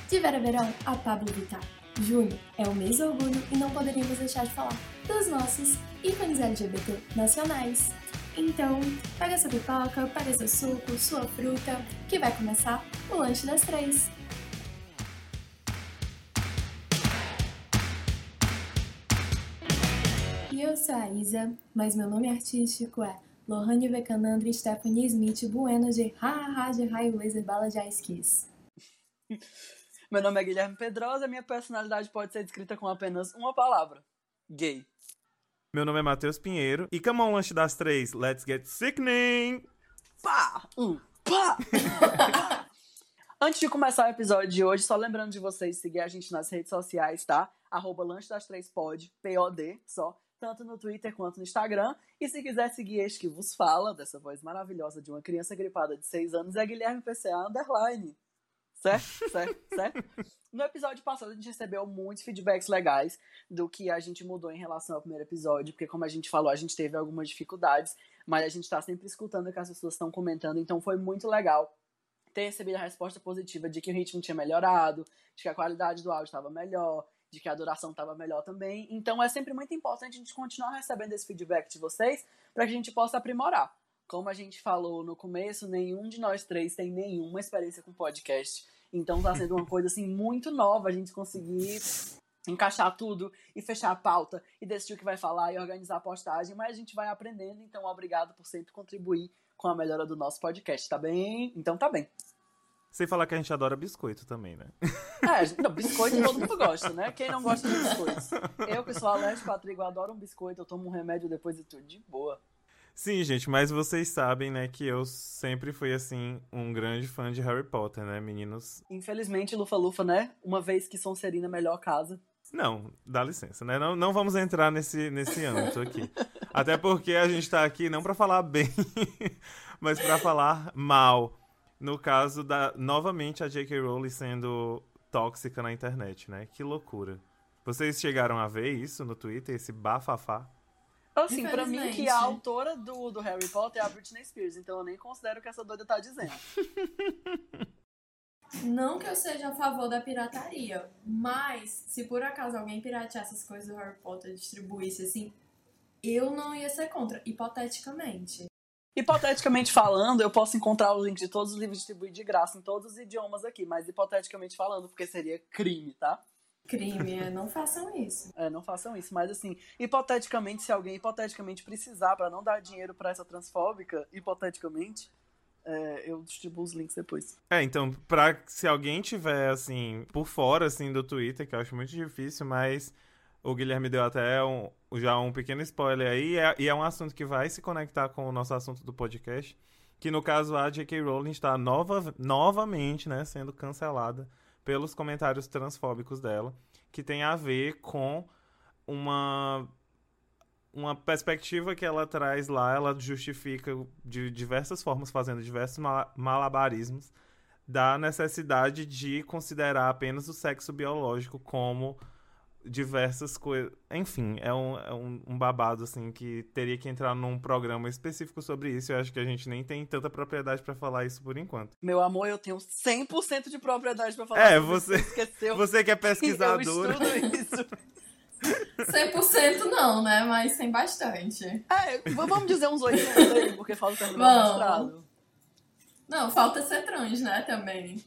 De Vera Verão a Pablo Vittar. Junho é o mês do orgulho e não poderíamos deixar de falar dos nossos ícones LGBT nacionais. Então, pega sua pipoca, pega seu suco, sua fruta, que vai começar o Lanche das Três. E eu sou a Isa, mas meu nome artístico é Lohane Vecanandra Stephanie Smith Bueno de Ha de Raio Laser Bala de Ice Kiss. Meu nome é Guilherme Pedrosa e minha personalidade pode ser descrita com apenas uma palavra: gay. Meu nome é Matheus Pinheiro e come on, Lanche das Três, let's get sickening! Pá! Pá! Antes de começar o episódio de hoje, só lembrando de vocês seguir a gente nas redes sociais, tá? @lanchedas3pod, POD, só, tanto no Twitter quanto no Instagram. E se quiser seguir este que vos fala, dessa voz maravilhosa de uma criança gripada de 6 anos, é Guilherme PCA _. Certo? No episódio passado a gente recebeu muitos feedbacks legais do que a gente mudou em relação ao primeiro episódio, porque como a gente falou, a gente teve algumas dificuldades, mas a gente tá sempre escutando o que as pessoas estão comentando, então foi muito legal ter recebido a resposta positiva de que o ritmo tinha melhorado, de que a qualidade do áudio estava melhor, de que a duração estava melhor também. Então é sempre muito importante a gente continuar recebendo esse feedback de vocês para que a gente possa aprimorar. Como a gente falou no começo, nenhum de nós três tem nenhuma experiência com podcast. Então tá sendo uma coisa assim muito nova a gente conseguir encaixar tudo e fechar a pauta e decidir o que vai falar e organizar a postagem, mas a gente vai aprendendo, então obrigado por sempre contribuir com a melhora do nosso podcast, tá bem? Então tá bem. Sem falar que a gente adora biscoito também, né? Não, biscoito todo mundo gosta, né? Quem não gosta de biscoitos? Eu que sou alérgico a trigo, adoro um biscoito, eu tomo um remédio depois e tudo de boa. Sim, gente, mas vocês sabem, né, que eu sempre fui, assim, um grande fã de Harry Potter, né, meninos? Infelizmente, Lufa-Lufa, né? Uma vez que Sonserina é melhor casa. Não, dá licença, né? Não vamos entrar nesse âmbito aqui. Até porque a gente tá aqui não pra falar bem, mas pra falar mal. No caso novamente, a J.K. Rowling sendo tóxica na internet, né? Que loucura. Vocês chegaram a ver isso no Twitter, esse bafafá? Assim, pra mim, que a autora do Harry Potter é a Britney Spears, então eu nem considero o que essa doida tá dizendo. Não que eu seja a favor da pirataria, mas se por acaso alguém piratear essas coisas do Harry Potter e distribuísse assim, eu não ia ser contra, hipoteticamente. Hipoteticamente falando, eu posso encontrar o link de todos os livros distribuídos de graça em todos os idiomas aqui, mas hipoteticamente falando, porque seria crime, tá? Crime, não façam isso. Não façam isso, mas assim, hipoteticamente, se alguém hipoteticamente precisar pra não dar dinheiro pra essa transfóbica, hipoteticamente, eu distribuo os links depois. Então, se alguém tiver, assim, por fora, assim, do Twitter, que eu acho muito difícil, mas o Guilherme deu até já um pequeno spoiler aí, e é um assunto que vai se conectar com o nosso assunto do podcast, que no caso a J.K. Rowling está novamente, né, sendo cancelada pelos comentários transfóbicos dela, que tem a ver com uma perspectiva que ela traz lá, ela justifica de diversas formas, fazendo diversos malabarismos, da necessidade de considerar apenas o sexo biológico como diversas coisas. Enfim, é um babado, assim, que teria que entrar num programa específico sobre isso. Eu acho que a gente nem tem tanta propriedade pra falar isso por enquanto. Meu amor, eu tenho 100% de propriedade pra falar sobre isso. Esqueceu. Você que é pesquisadora. Eu estudo isso. 100% não, né? Mas tem bastante. Vamos dizer uns 800 aí, porque falta terminar o mestrado. Não, falta ser trans, né, também.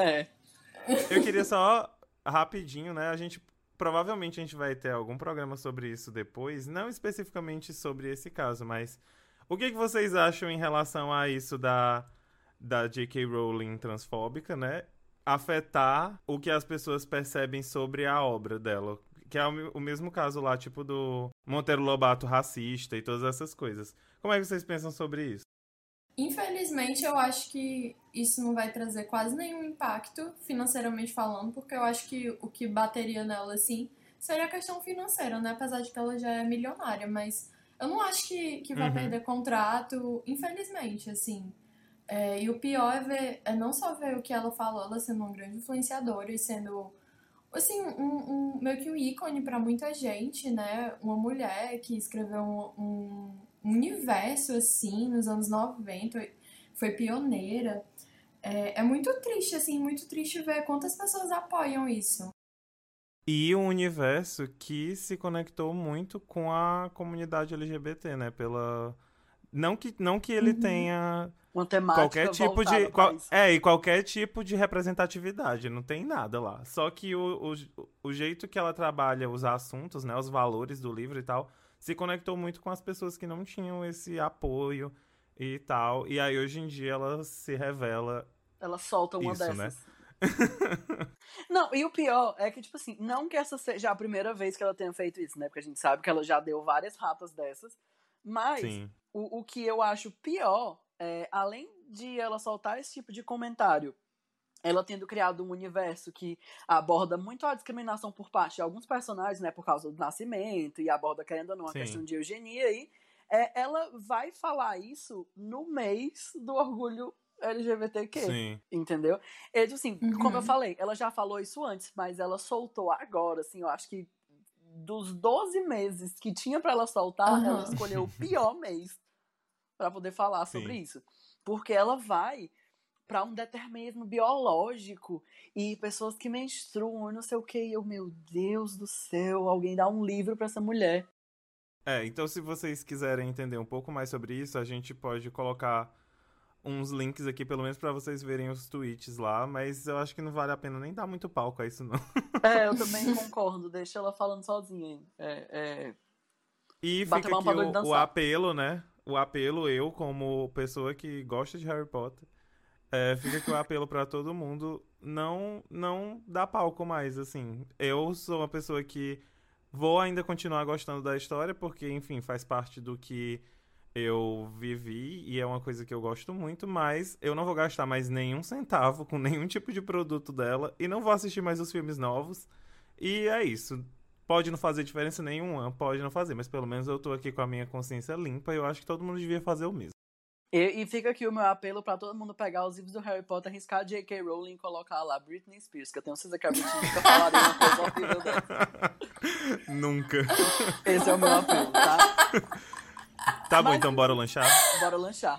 Eu queria só, rapidinho, né, provavelmente a gente vai ter algum programa sobre isso depois, não especificamente sobre esse caso, mas o que vocês acham em relação a isso da J.K. Rowling transfóbica, né, afetar o que as pessoas percebem sobre a obra dela? Que é o mesmo caso lá, tipo, do Monteiro Lobato racista e todas essas coisas. Como é que vocês pensam sobre isso? Infelizmente, eu acho que isso não vai trazer quase nenhum impacto, financeiramente falando, porque eu acho que o que bateria nela, assim, seria a questão financeira, né? Apesar de que ela já é milionária, mas eu não acho que vai perder contrato, infelizmente, assim. E o pior é não só ver o que ela falou, ela sendo uma grande influenciadora e sendo, assim, meio que um ícone pra muita gente, né? Uma mulher que escreveu um universo, assim, nos anos 90, foi pioneira. É muito triste, assim, muito triste ver quantas pessoas apoiam isso. E um universo que se conectou muito com a comunidade LGBT, né? Não que ele tenha Uma qualquer temática tipo voltada pra isso. E qualquer tipo de representatividade, não tem nada lá. Só que o jeito que ela trabalha os assuntos, né? Os valores do livro e tal, se conectou muito com as pessoas que não tinham esse apoio e tal. E aí, hoje em dia, ela se revela Ela solta uma isso, né? dessas. Não, e o pior é que, tipo assim, não que essa seja a primeira vez que ela tenha feito isso, né? Porque a gente sabe que ela já deu várias rapas dessas. Mas Sim. o que eu acho pior é, além de ela soltar esse tipo de comentário, ela tendo criado um universo que aborda muito a discriminação por parte de alguns personagens, né? Por causa do nascimento, e aborda, querendo ou não, a Sim. questão de eugenia aí. Ela vai falar isso no mês do orgulho LGBTQ, Sim. entendeu? E, assim, como eu falei, ela já falou isso antes, mas ela soltou agora, assim, eu acho que dos 12 meses que tinha pra ela soltar, ela escolheu o pior mês pra poder falar sobre isso. Porque ela vai pra um determinismo biológico e pessoas que menstruam e não sei o que, e eu, meu Deus do céu, alguém dá um livro pra essa mulher. Então se vocês quiserem entender um pouco mais sobre isso, a gente pode colocar uns links aqui, pelo menos pra vocês verem os tweets lá, mas eu acho que não vale a pena nem dar muito palco a isso, não. Eu também concordo, deixa ela falando sozinha aí. E Bata fica mão pra aqui doido o dançar. apelo, né? O apelo, eu, como pessoa que gosta de Harry Potter, fica aqui o apelo pra todo mundo não dar palco mais, assim. Eu sou uma pessoa que vou ainda continuar gostando da história, porque, enfim, faz parte do que eu vivi e é uma coisa que eu gosto muito, mas eu não vou gastar mais nenhum centavo com nenhum tipo de produto dela e não vou assistir mais os filmes novos. E é isso. Pode não fazer diferença nenhuma, pode não fazer, mas pelo menos eu tô aqui com a minha consciência limpa e eu acho que todo mundo devia fazer o mesmo. E fica aqui o meu apelo pra todo mundo pegar os livros do Harry Potter, arriscar a J.K. Rowling e colocar lá Britney Spears, que eu tenho certeza que a Britney nunca falaria uma coisa horrível dessa. Nunca. Esse é o meu apelo, tá? Tá bom, então bora lanchar? Bora lanchar.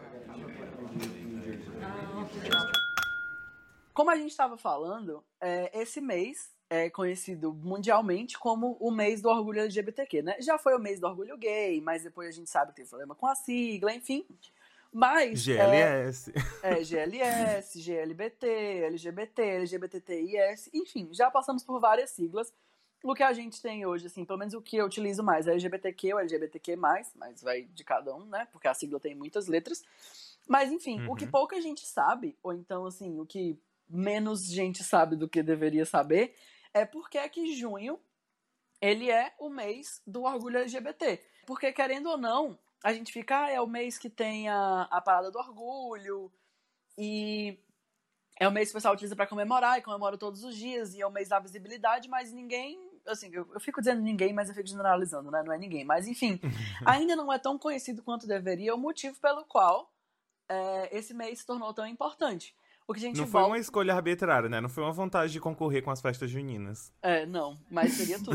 Como a gente estava falando, esse mês é conhecido mundialmente como o mês do orgulho LGBTQ, né? Já foi o mês do orgulho gay, mas depois a gente sabe que teve problema com a sigla, enfim. Mas GLS. GLS, GLBT, LGBT, LGBTIS, enfim, já passamos por várias siglas. O que a gente tem hoje, assim, pelo menos o que eu utilizo mais é LGBTQ ou LGBTQ+, mas vai de cada um, né? Porque a sigla tem muitas letras. Mas, enfim, o que pouca gente sabe, ou então, assim, o que menos gente sabe do que deveria saber, é porque é que junho, ele é o mês do orgulho LGBT. Porque, querendo ou não, a gente fica, é o mês que tem a parada do orgulho, e é o mês que o pessoal utiliza pra comemorar, e comemora todos os dias, e é o mês da visibilidade, mas ninguém, assim, eu fico dizendo ninguém, mas eu fico generalizando, né? Não é ninguém. Mas, enfim, ainda não é tão conhecido quanto deveria, o motivo pelo qual esse mês se tornou tão importante. O que a gente Não foi uma escolha arbitrária, né? Não foi uma vontade de concorrer com as festas juninas. Não, mas seria tudo.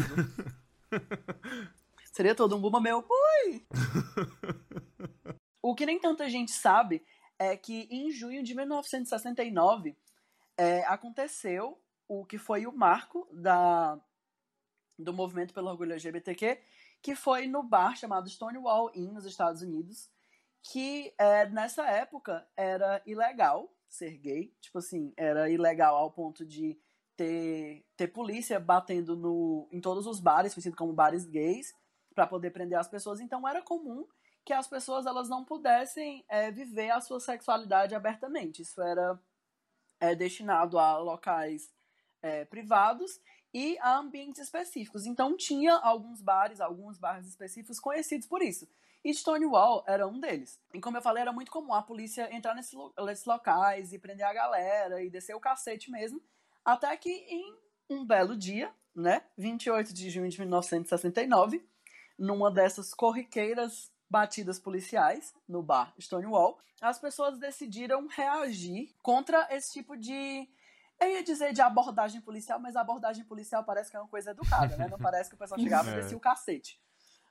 Seria todo um bumba meu. Ui! O que nem tanta gente sabe é que em junho de 1969 aconteceu o que foi o marco do movimento pelo orgulho LGBTQ, que foi no bar chamado Stonewall Inn, nos Estados Unidos, que nessa época era ilegal ser gay. Tipo assim, era ilegal ao ponto de ter polícia batendo em todos os bares, conhecido como bares gays, para poder prender as pessoas. Então era comum que as pessoas elas não pudessem viver a sua sexualidade abertamente. Isso era destinado a locais privados e a ambientes específicos. Então tinha alguns bares específicos conhecidos por isso. E Stonewall era um deles. E como eu falei, era muito comum a polícia entrar nesses locais e prender a galera e descer o cacete mesmo. Até que em um belo dia, né, 28 de junho de 1969, numa dessas corriqueiras batidas policiais no bar Stonewall, as pessoas decidiram reagir contra esse tipo de... Eu ia dizer de abordagem policial, mas a abordagem policial parece que é uma coisa educada, né? Não parece que o pessoal chegava e descia o cacete.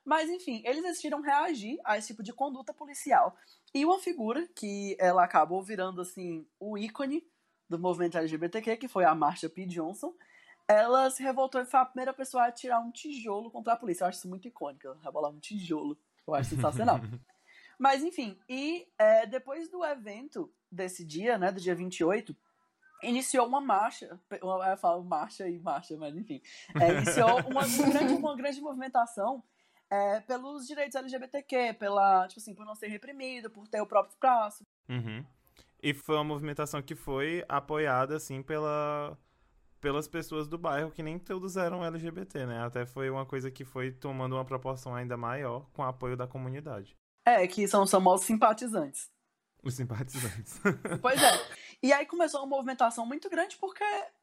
Mas, enfim, eles decidiram reagir a esse tipo de conduta policial. E uma figura que ela acabou virando, assim, o ícone do movimento LGBTQ, que foi a Marsha P. Johnson, ela se revoltou e foi a primeira pessoa a tirar um tijolo contra a polícia. Eu acho isso muito icônico, ela rebolar um tijolo. Eu acho sensacional. Mas, enfim, depois do evento desse dia, né, do dia 28, iniciou uma marcha, eu falo marcha e marcha, mas enfim, iniciou uma grande movimentação pelos direitos LGBTQ, tipo assim, por não ser reprimido, por ter o próprio espaço. Uhum. E foi uma movimentação que foi apoiada, assim, pelas pessoas do bairro, que nem todos eram LGBT, né? Até foi uma coisa que foi tomando uma proporção ainda maior com o apoio da comunidade. Que são os famosos simpatizantes. Os simpatizantes. Pois é. E aí começou uma movimentação muito grande porque,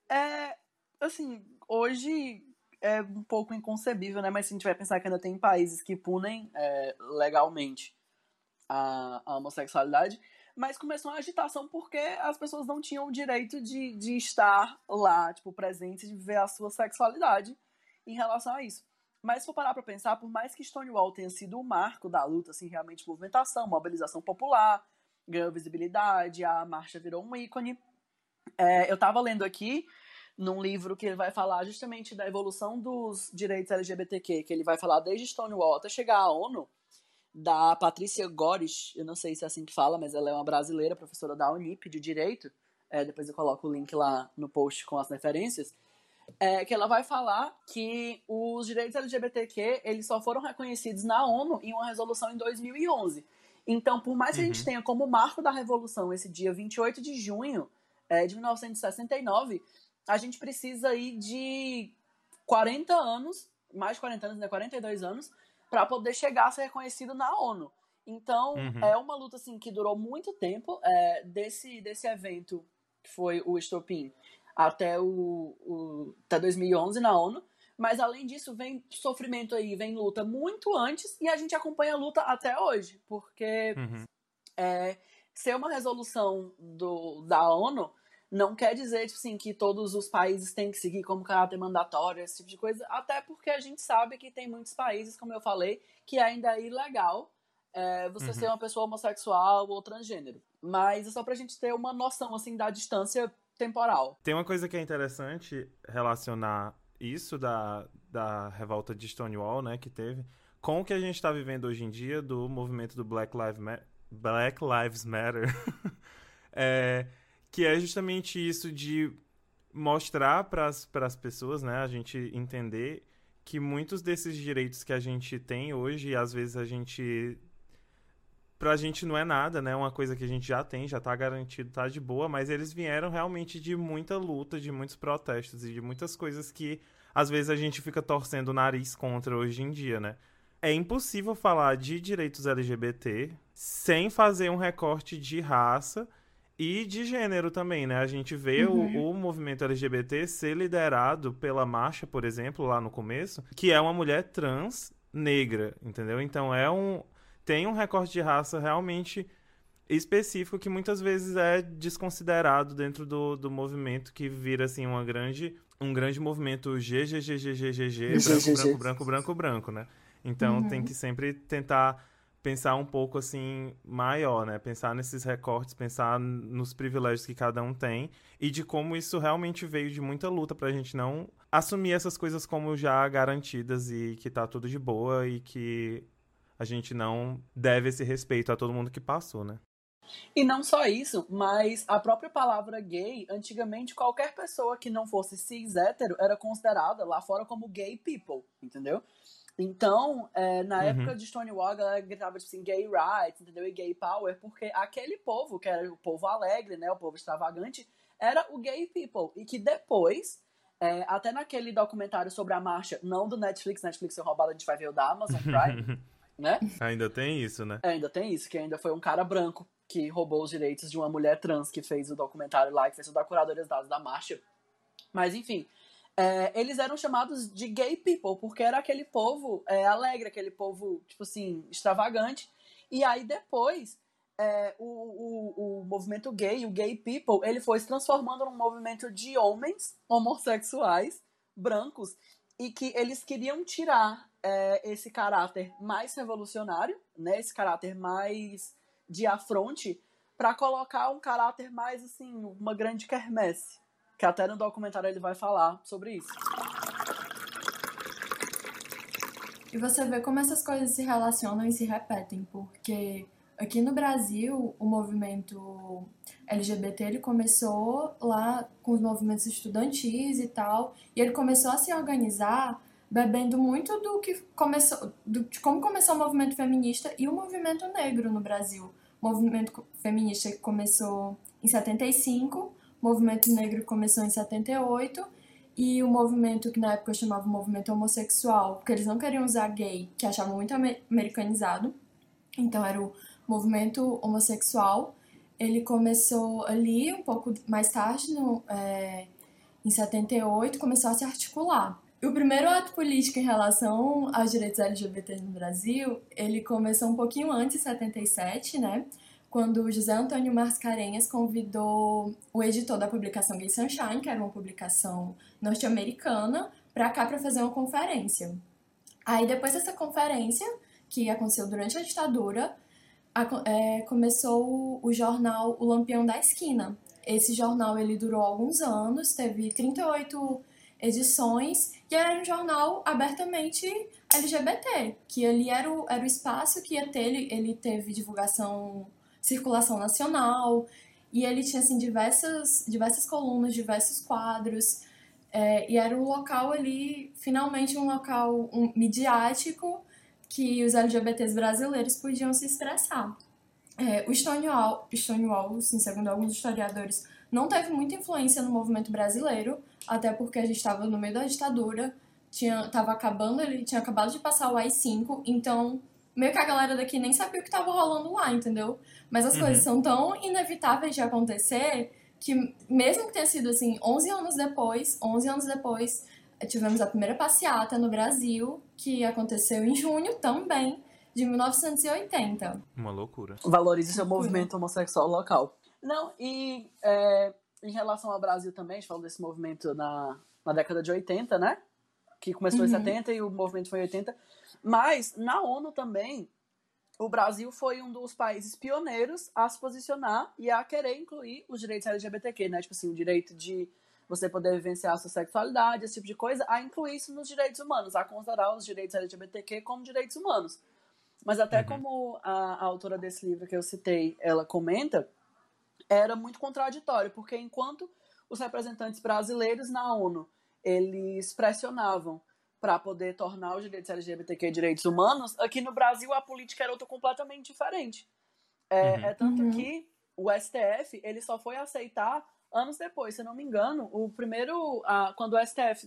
assim, hoje é um pouco inconcebível, né? Mas se a gente vai pensar que ainda tem países que punem legalmente a homossexualidade, mas começou uma agitação porque as pessoas não tinham o direito de estar lá, tipo, presentes, de viver a sua sexualidade em relação a isso. Mas se for parar pra pensar, por mais que Stonewall tenha sido o marco da luta, assim, realmente movimentação, mobilização popular, ganhou visibilidade, a marcha virou um ícone. Eu tava lendo aqui num livro que ele vai falar justamente da evolução dos direitos LGBTQ, que ele vai falar desde Stonewall até chegar à ONU, da Patrícia Gores, eu não sei se é assim que fala, mas ela é uma brasileira, professora da Unip de Direito, depois eu coloco o link lá no post com as referências, que ela vai falar que os direitos LGBTQ, eles só foram reconhecidos na ONU em uma resolução em 2011. Então, por mais que a gente tenha como marco da revolução esse dia 28 de junho de 1969, a gente precisa aí de 40 anos, mais de 40 anos, né, 42 anos, para poder chegar a ser reconhecido na ONU. Então, é uma luta assim, que durou muito tempo, desse evento, que foi o Estopim, até 2011 na ONU. Mas, além disso, vem sofrimento aí, vem luta muito antes, e a gente acompanha a luta até hoje, porque ser uma resolução da ONU não quer dizer, tipo assim, que todos os países têm que seguir como caráter mandatório, esse tipo de coisa, até porque a gente sabe que tem muitos países, como eu falei, que ainda é ilegal você ser uma pessoa homossexual ou transgênero. Mas é só pra gente ter uma noção, assim, da distância temporal. Tem uma coisa que é interessante relacionar isso da revolta de Stonewall, né, que teve, com o que a gente tá vivendo hoje em dia do movimento do Black Lives Matter, que é justamente isso de mostrar para as pessoas, né, a gente entender que muitos desses direitos que a gente tem hoje, às vezes pra gente não é nada, né, uma coisa que a gente já tem, já tá garantido, tá de boa, mas eles vieram realmente de muita luta, de muitos protestos e de muitas coisas que às vezes a gente fica torcendo o nariz contra hoje em dia, né. É impossível falar de direitos LGBT sem fazer um recorte de raça e de gênero também, né? A gente vê o movimento LGBT ser liderado pela Marsha, por exemplo, lá no começo, que é uma mulher trans negra, entendeu? Então tem um recorte de raça realmente específico que muitas vezes é desconsiderado dentro do movimento, que vira assim um grande movimento GGGGGGG, branco, branco, branco, branco, né? Então tem que sempre tentar pensar um pouco assim maior, né? Pensar nesses recortes, pensar nos privilégios que cada um tem e de como isso realmente veio de muita luta pra gente não assumir essas coisas como já garantidas e que tá tudo de boa e que a gente não deve esse respeito a todo mundo que passou, né? E não só isso, mas a própria palavra gay, antigamente qualquer pessoa que não fosse cis hétero era considerada lá fora como gay people, entendeu? Então, na época de Stonewall, a galera gritava assim, gay rights, entendeu? E gay power, porque aquele povo, que era o povo alegre, né? O povo extravagante, era o gay people. E que depois, até naquele documentário sobre a marcha, não do Netflix foi roubado, a gente vai ver o da Amazon Prime, né? Ainda tem isso, né? Ainda tem isso, que ainda foi um cara branco que roubou os direitos de uma mulher trans que fez o documentário lá, que fez toda a curadoria dos dados da marcha. Mas, enfim... eles eram chamados de gay people, porque era aquele povo alegre, aquele povo, tipo assim, extravagante. E aí depois, o movimento gay, o gay people, ele foi se transformando num movimento de homens homossexuais, brancos, e que eles queriam tirar esse caráter mais revolucionário, né, esse caráter mais de afronte, para colocar um caráter mais, assim, uma grande quermesse, que até no documentário ele vai falar sobre isso. E você vê como essas coisas se relacionam e se repetem, porque aqui no Brasil, o movimento LGBT, ele começou lá com os movimentos estudantis e tal, e ele começou a se organizar bebendo muito do que começou, de como começou o movimento feminista e o movimento negro no Brasil. O movimento feminista começou em 75, o movimento negro começou em 78, e o movimento que na época eu chamava movimento homossexual, porque eles não queriam usar gay, que achavam muito americanizado, então era o movimento homossexual. Ele começou ali um pouco mais tarde, em 78, começou a se articular. E o primeiro ato político em relação aos direitos LGBT no Brasil, ele começou um pouquinho antes, em 77, né? Quando o José Antônio Mascarenhas convidou o editor da publicação Gay Sunshine, que era uma publicação norte-americana, para cá para fazer uma conferência. Aí depois dessa conferência, que aconteceu durante a ditadura, começou o jornal O Lampião da Esquina. Esse jornal ele durou alguns anos, teve 38 edições, e era um jornal abertamente LGBT, que ali era o espaço que ia ter, ele teve divulgação, circulação nacional, e ele tinha assim, diversas colunas, diversos quadros, e era um local ali, finalmente um local midiático, que os LGBTs brasileiros podiam se expressar. O Stonewall, assim, segundo alguns historiadores, não teve muita influência no movimento brasileiro, até porque a gente estava no meio da ditadura, tava acabando, ele tinha acabado de passar o AI-5, então meio que a galera daqui nem sabia o que estava rolando lá, entendeu? Mas as coisas são tão inevitáveis de acontecer que, mesmo que tenha sido assim, 11 anos depois, tivemos a primeira passeata no Brasil, que aconteceu em junho também, de 1980. Uma loucura. Valorize seu movimento homossexual local. Não, e em relação ao Brasil também, a gente falou desse movimento na década de 80, né? Que começou em 70 e o movimento foi em 80. Mas, na ONU também, o Brasil foi um dos países pioneiros a se posicionar e a querer incluir os direitos LGBTQ, né? Tipo assim, o direito de você poder vivenciar a sua sexualidade, esse tipo de coisa, a incluir isso nos direitos humanos, a considerar os direitos LGBTQ como direitos humanos. Mas até como a autora desse livro que eu citei, ela comenta, era muito contraditório, porque enquanto os representantes brasileiros na ONU, eles pressionavam para poder tornar os direitos LGBTQ direitos humanos, aqui no Brasil a política era outra completamente diferente. Tanto que o STF, ele só foi aceitar anos depois, se eu não me engano, o primeiro, quando o STF,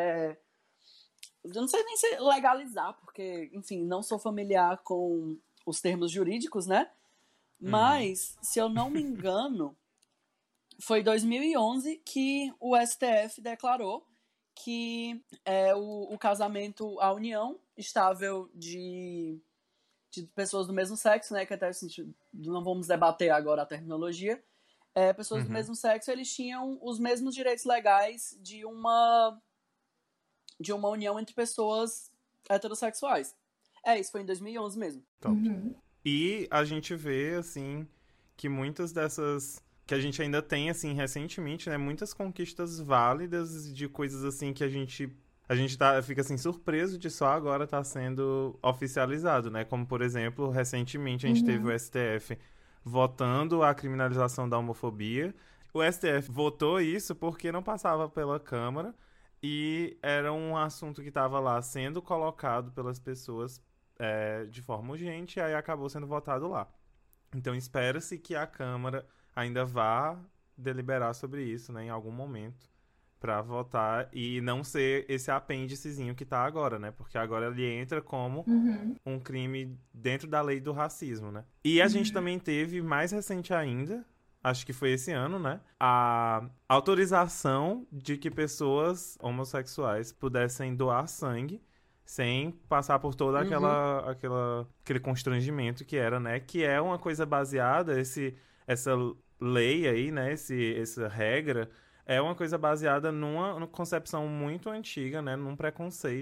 eu não sei nem se legalizar, porque, enfim, não sou familiar com os termos jurídicos, né? Mas, se eu não me engano, foi em 2011 que o STF declarou que o casamento, a união estável de pessoas do mesmo sexo, né? Que até assim, não vamos debater agora a terminologia. Pessoas do mesmo sexo, eles tinham os mesmos direitos legais de uma união entre pessoas heterossexuais. Isso foi em 2011 mesmo. Top. E a gente vê, assim, que muitas dessas... Que a gente ainda tem, assim, recentemente, né? Muitas conquistas válidas de coisas, assim, que a gente fica, assim, surpreso de só agora estar sendo oficializado, né? Como, por exemplo, recentemente a gente teve o STF votando a criminalização da homofobia. O STF votou isso porque não passava pela Câmara e era um assunto que estava lá sendo colocado pelas pessoas de forma urgente, e aí acabou sendo votado lá. Então espera-se que a Câmara ainda vá deliberar sobre isso, né, em algum momento, para votar e não ser esse apêndicezinho que tá agora, né? Porque agora ele entra como um crime dentro da lei do racismo, né? E a gente também teve, mais recente ainda, acho que foi esse ano, né? A autorização de que pessoas homossexuais pudessem doar sangue sem passar por todo aquele constrangimento que era, né? Que é uma coisa baseada, essa lei aí, né? Essa regra é uma coisa baseada numa concepção muito antiga, né? Num preconceito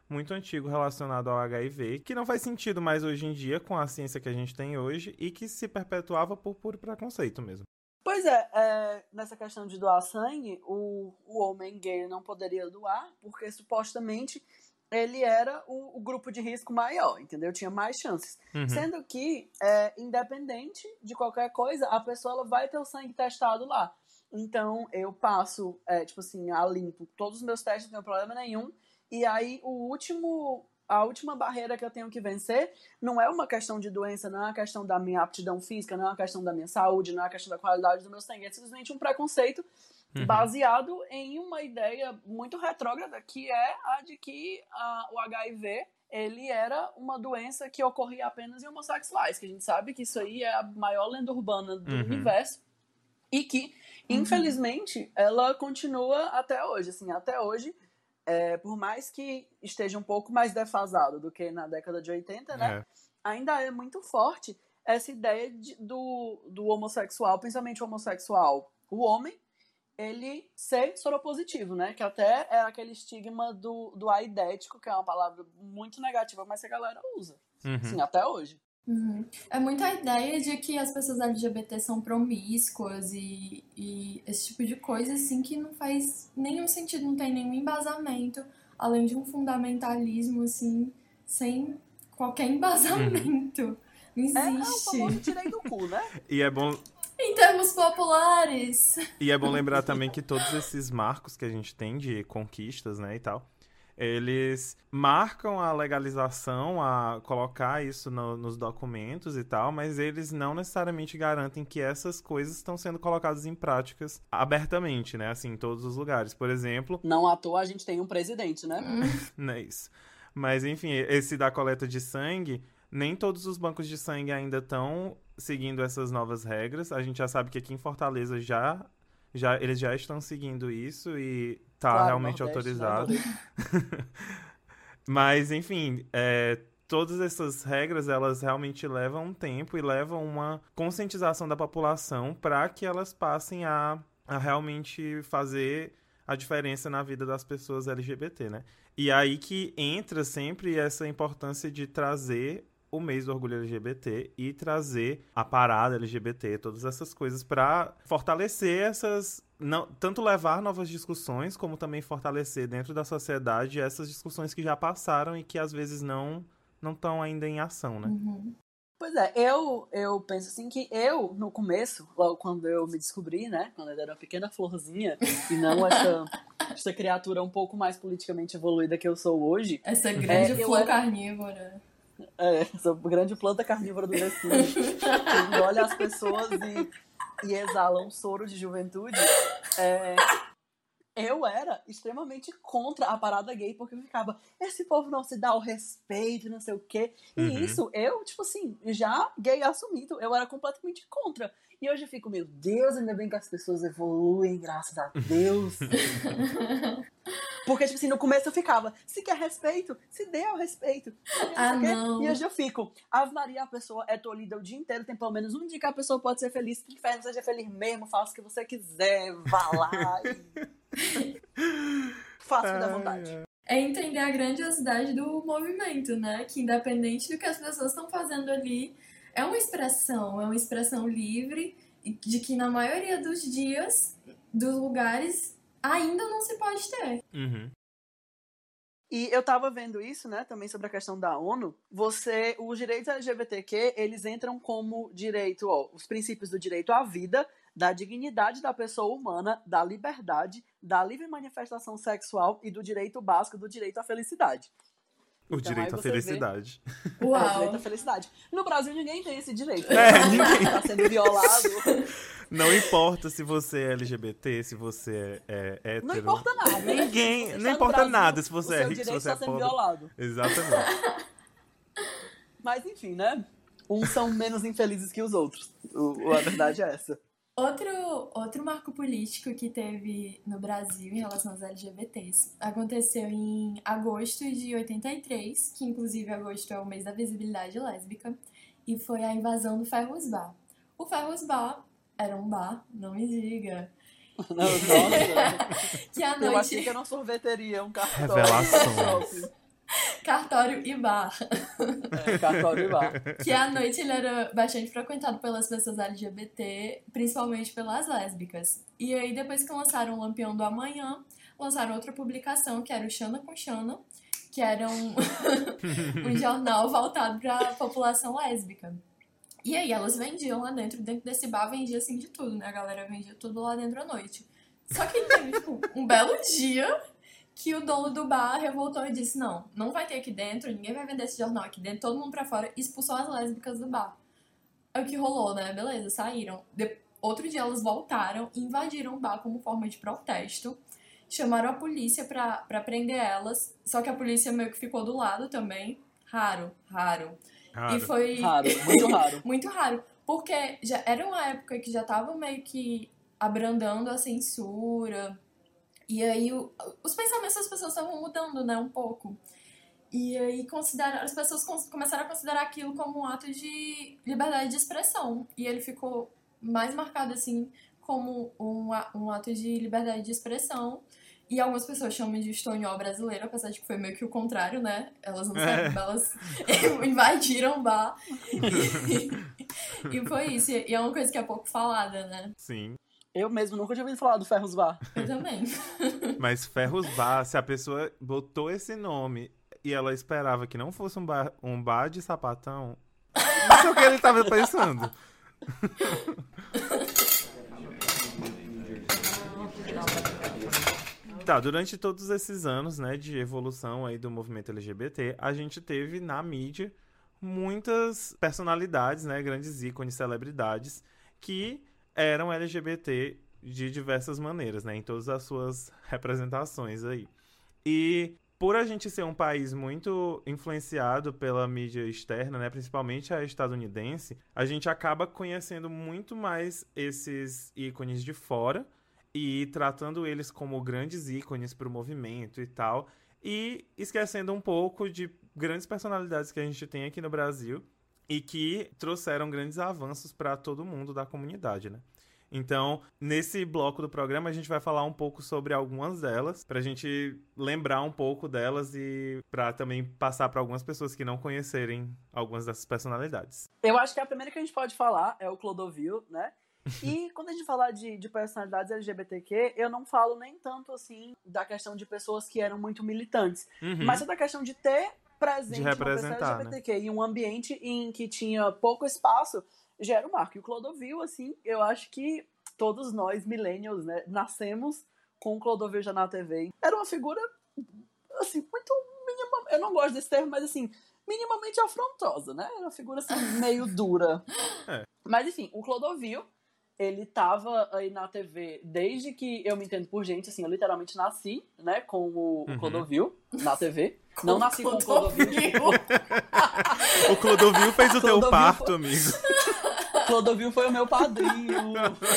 muito antigo relacionado ao HIV, que não faz sentido mais hoje em dia com a ciência que a gente tem hoje e que se perpetuava por puro preconceito mesmo. Pois é, nessa questão de doar sangue, o homem gay não poderia doar porque supostamente ele era o grupo de risco maior, entendeu? Tinha mais chances. Sendo que, independente de qualquer coisa, a pessoa ela vai ter o sangue testado lá. Então, eu passo, a limpo todos os meus testes, não tem problema nenhum. E aí, a última barreira que eu tenho que vencer não é uma questão de doença, não é uma questão da minha aptidão física, não é uma questão da minha saúde, não é uma questão da qualidade do meu sangue. É simplesmente um preconceito baseado em uma ideia muito retrógrada, que é a de que o HIV ele era uma doença que ocorria apenas em homossexuais, que a gente sabe que isso aí é a maior lenda urbana do universo e que, infelizmente, ela continua até hoje. Assim, até hoje, por mais que esteja um pouco mais defasado do que na década de 80, né, ainda é muito forte essa ideia do homossexual, principalmente o homossexual, o homem, ele ser soropositivo, né? Que até é aquele estigma do aidético, que é uma palavra muito negativa, mas que a galera usa. Assim, até hoje. É muito a ideia de que as pessoas LGBT são promíscuas e esse tipo de coisa, assim, que não faz nenhum sentido, não tem nenhum embasamento, além de um fundamentalismo, assim, sem qualquer embasamento. Não existe. É o famoso tirei do cu, né? E é bom... Em termos populares. E é bom lembrar também que todos esses marcos que a gente tem de conquistas, né, e tal, eles marcam a legalização, a colocar isso nos documentos e tal, mas eles não necessariamente garantem que essas coisas estão sendo colocadas em práticas abertamente, né, assim, em todos os lugares. Por exemplo... Não à toa a gente tem um presidente, né? Não é isso. Mas, enfim, esse da coleta de sangue, nem todos os bancos de sangue ainda estão seguindo essas novas regras. A gente já sabe que aqui em Fortaleza eles já estão seguindo isso e tá realmente autorizado. Mas, enfim, todas essas regras, elas realmente levam um tempo e levam uma conscientização da população para que elas passem a realmente fazer a diferença na vida das pessoas LGBT, né? E aí que entra sempre essa importância de trazer o mês do orgulho LGBT e trazer a parada LGBT, todas essas coisas para fortalecer essas... tanto levar novas discussões, como também fortalecer dentro da sociedade essas discussões que já passaram e que às vezes não estão ainda em ação, né? Pois é, eu penso assim que no começo, logo quando eu me descobri, né, quando eu era uma pequena florzinha e não essa criatura um pouco mais politicamente evoluída que eu sou hoje... Essa grande flor carnívora. Essa grande planta carnívora do destino, que olha as pessoas e exala um soro de juventude. Eu era extremamente contra a parada gay, porque eu ficava, esse povo não se dá o respeito, não sei o quê. E isso, eu, tipo assim, já gay assumido, eu era completamente contra. E hoje eu fico, meu Deus, ainda bem que as pessoas evoluem, graças a Deus. Porque, tipo assim, no começo eu ficava, se quer respeito, se dê ao respeito. Não. E hoje eu fico, Ave Maria, a pessoa é tolhida o dia inteiro, tem pelo menos um dia que a pessoa pode ser feliz, que inferno, seja feliz mesmo, faça o que você quiser, vá lá e... faça o que dá vontade. É entender a grandiosidade do movimento, né? Que independente do que as pessoas estão fazendo ali, é uma expressão livre, de que na maioria dos dias, dos lugares, ainda não se pode ter. E eu tava vendo isso, né, também sobre a questão da ONU. Os direitos LGBTQ, eles entram como direito, os princípios do direito à vida, da dignidade da pessoa humana, da liberdade, da livre manifestação sexual e do direito básico do direito à felicidade. O direito à felicidade. Uau. O direito à felicidade. No Brasil, ninguém tem esse direito. Ninguém. Tá sendo violado. Não importa se você é LGBT, se você é hétero. Não importa nada. Ninguém. Não importa Brasil, nada se você é rico, se você é tá sendo pobre. violado. Exatamente. Mas enfim, né? Uns são menos infelizes que os outros. A verdade é essa. Outro marco político que teve no Brasil em relação aos LGBTs aconteceu em agosto de 83, que inclusive agosto é o mês da visibilidade lésbica, e foi a invasão do Ferros Bar. O Ferros Bar era um bar, não me diga. Nossa. Que à noite... Eu achei que era uma sorveteria, um cartão. Revelações. Cartório e bar. Cartório e bar. Que à noite ele era bastante frequentado pelas pessoas LGBT, principalmente pelas lésbicas. E aí, depois que lançaram o Lampião do Amanhã, lançaram outra publicação, que era o Xana com Xana, que era um jornal voltado para a população lésbica. E aí elas vendiam lá dentro desse bar vendia assim de tudo, né? A galera vendia tudo lá dentro à noite. Só que teve, tipo, um belo dia que o dono do bar revoltou e disse, não vai ter aqui dentro, ninguém vai vender esse jornal aqui dentro, todo mundo pra fora, e expulsou as lésbicas do bar. É o que rolou, né? Beleza, saíram. Outro dia elas voltaram e invadiram o bar como forma de protesto. Chamaram a polícia pra prender elas, só que a polícia meio que ficou do lado também. Raro. E foi... Raro, muito raro. Muito raro, porque já era uma época que já tava meio que abrandando a censura, e aí os pensamentos das pessoas estavam mudando, né, um pouco. E aí as pessoas começaram a considerar aquilo como um ato de liberdade de expressão, e ele ficou mais marcado, assim, como um ato de liberdade de expressão. E algumas pessoas chamam de estonhol brasileiro, apesar de que foi meio que o contrário, né? Elas não sabem, elas invadiram o bar. E foi isso. E é uma coisa que é pouco falada, né? Sim. Eu mesmo nunca tinha ouvido falar do Ferros Bar. Eu também. Mas Ferros Bar, se a pessoa botou esse nome e ela esperava que não fosse um bar de sapatão, não sei o que ele estava pensando. Tá, durante todos esses anos, né, de evolução aí do movimento LGBT, a gente teve na mídia muitas personalidades, né, grandes ícones, celebridades, que eram LGBT de diversas maneiras, né, em todas as suas representações aí. E por a gente ser um país muito influenciado pela mídia externa, né, principalmente a estadunidense, a gente acaba conhecendo muito mais esses ícones de fora, e tratando eles como grandes ícones para o movimento e tal, e esquecendo um pouco de grandes personalidades que a gente tem aqui no Brasil e que trouxeram grandes avanços para todo mundo da comunidade, né? Então, nesse bloco do programa, a gente vai falar um pouco sobre algumas delas, pra gente lembrar um pouco delas e pra também passar para algumas pessoas que não conhecerem algumas dessas personalidades. Eu acho que a primeira que a gente pode falar é o Clodovil, né? E quando a gente falar de personalidades LGBTQ, eu não falo nem tanto, assim, da questão de pessoas que eram muito militantes, mas é da questão de ter presente uma pessoa LGBTQ, né? Em um ambiente em que tinha pouco espaço, já era um marco. E o Clodovil, assim, eu acho que todos nós, millennials, né, nascemos com o Clodovil já na TV. Era uma figura, assim, muito mínima, eu não gosto desse termo, mas, assim, minimamente afrontosa, né? Era uma figura, assim, meio dura. Mas, enfim, o Clodovil, ele tava aí na TV desde que eu me entendo por gente, assim, eu literalmente nasci, né, com o Clodovil na TV. Não nasci com o Clodovil. O Clodovil fez o teu parto, amigo. Clodovil foi o meu padrinho.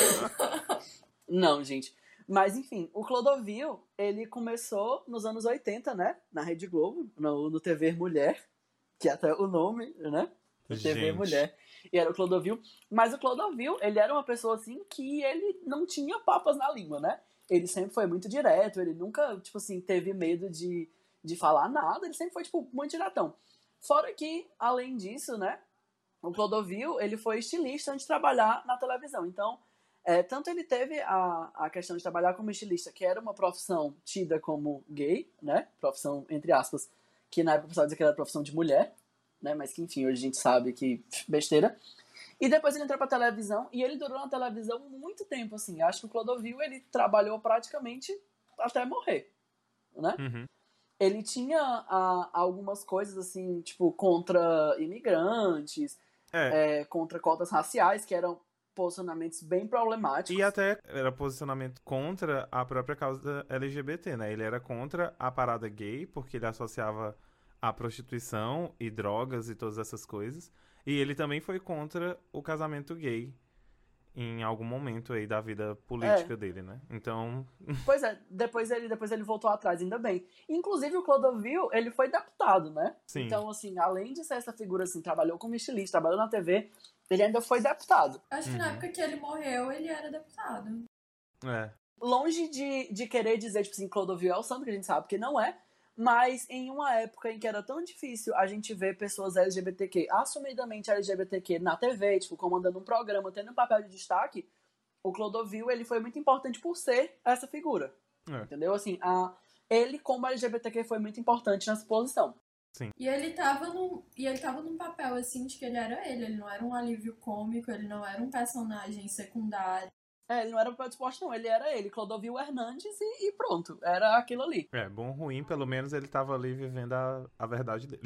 Não, gente. Mas, enfim, o Clodovil, ele começou nos anos 80, né, na Rede Globo, no TV Mulher, que é até o nome, né, TV Mulher. E era o Clodovil. Mas o Clodovil, ele era uma pessoa, assim, que ele não tinha papas na língua, né? Ele sempre foi muito direto, ele nunca, tipo assim, teve medo de falar nada, ele sempre foi, tipo, muito diretão. Fora que, além disso, né, o Clodovil, ele foi estilista antes de trabalhar na televisão. Então, tanto ele teve a questão de trabalhar como estilista, que era uma profissão tida como gay, né? Profissão, entre aspas, que na época o pessoal dizia que era profissão de mulher, né? Mas que, enfim, hoje a gente sabe que besteira. E depois ele entrou pra televisão, e ele durou na televisão muito tempo, assim. Acho que o Clodovil, ele trabalhou praticamente até morrer, né? Ele tinha algumas coisas, assim, tipo, contra imigrantes, contra cotas raciais, que eram posicionamentos bem problemáticos. E até era posicionamento contra a própria causa LGBT, né? Ele era contra a parada gay, porque ele associava a prostituição e drogas e todas essas coisas. E ele também foi contra o casamento gay em algum momento aí da vida política dele, né? Então... Pois é, depois ele voltou atrás, ainda bem. Inclusive, o Clodovil, ele foi deputado, né? Sim. Então, assim, além de ser essa figura, assim, trabalhou como estilista, trabalhou na TV, ele ainda foi deputado. Acho que na época que ele morreu, ele era deputado. Longe de querer dizer, tipo assim, Clodovil é o santo, que a gente sabe que não é, Mas em uma época em que era tão difícil a gente ver pessoas LGBTQ, assumidamente LGBTQ, na TV, tipo, comandando um programa, tendo um papel de destaque, o Clodovil, ele foi muito importante por ser essa figura. Entendeu? Assim, ele como LGBTQ foi muito importante nessa posição. Sim. E ele tava num papel, assim, de que ele era ele não era um alívio cômico, ele não era um personagem secundário. Ele não era um papel de esporte, não. Ele era ele, Clodovil Hernandes, e pronto. Era aquilo ali. Bom ou ruim, pelo menos ele tava ali vivendo a verdade dele.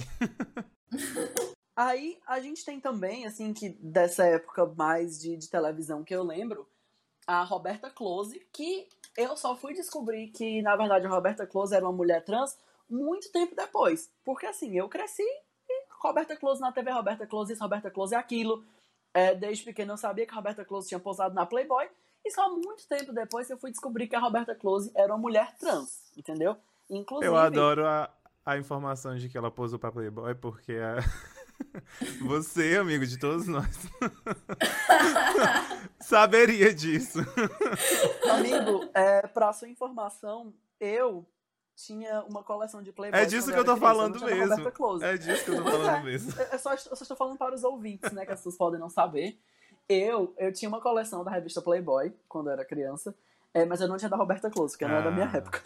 Aí, a gente tem também, assim, que dessa época mais de televisão que eu lembro, a Roberta Close, que eu só fui descobrir que, na verdade, a Roberta Close era uma mulher trans muito tempo depois. Porque, assim, eu cresci e Roberta Close na TV, Roberta Close isso, Roberta Close aquilo. Desde pequeno eu sabia que a Roberta Close tinha posado na Playboy. E só muito tempo depois eu fui descobrir que a Roberta Close era uma mulher trans, entendeu? Inclusive... Eu adoro a informação de que ela posou pra Playboy, porque você, amigo de todos nós, saberia disso. Amigo, pra sua informação, eu tinha uma coleção de Playboy. É disso que eu tô falando mesmo. É disso que eu tô falando mesmo. Eu só estou falando para os ouvintes, né? Que as pessoas podem não saber. Eu tinha uma coleção da revista Playboy, quando eu era criança. Mas eu não tinha da Roberta Close, porque não era da minha época.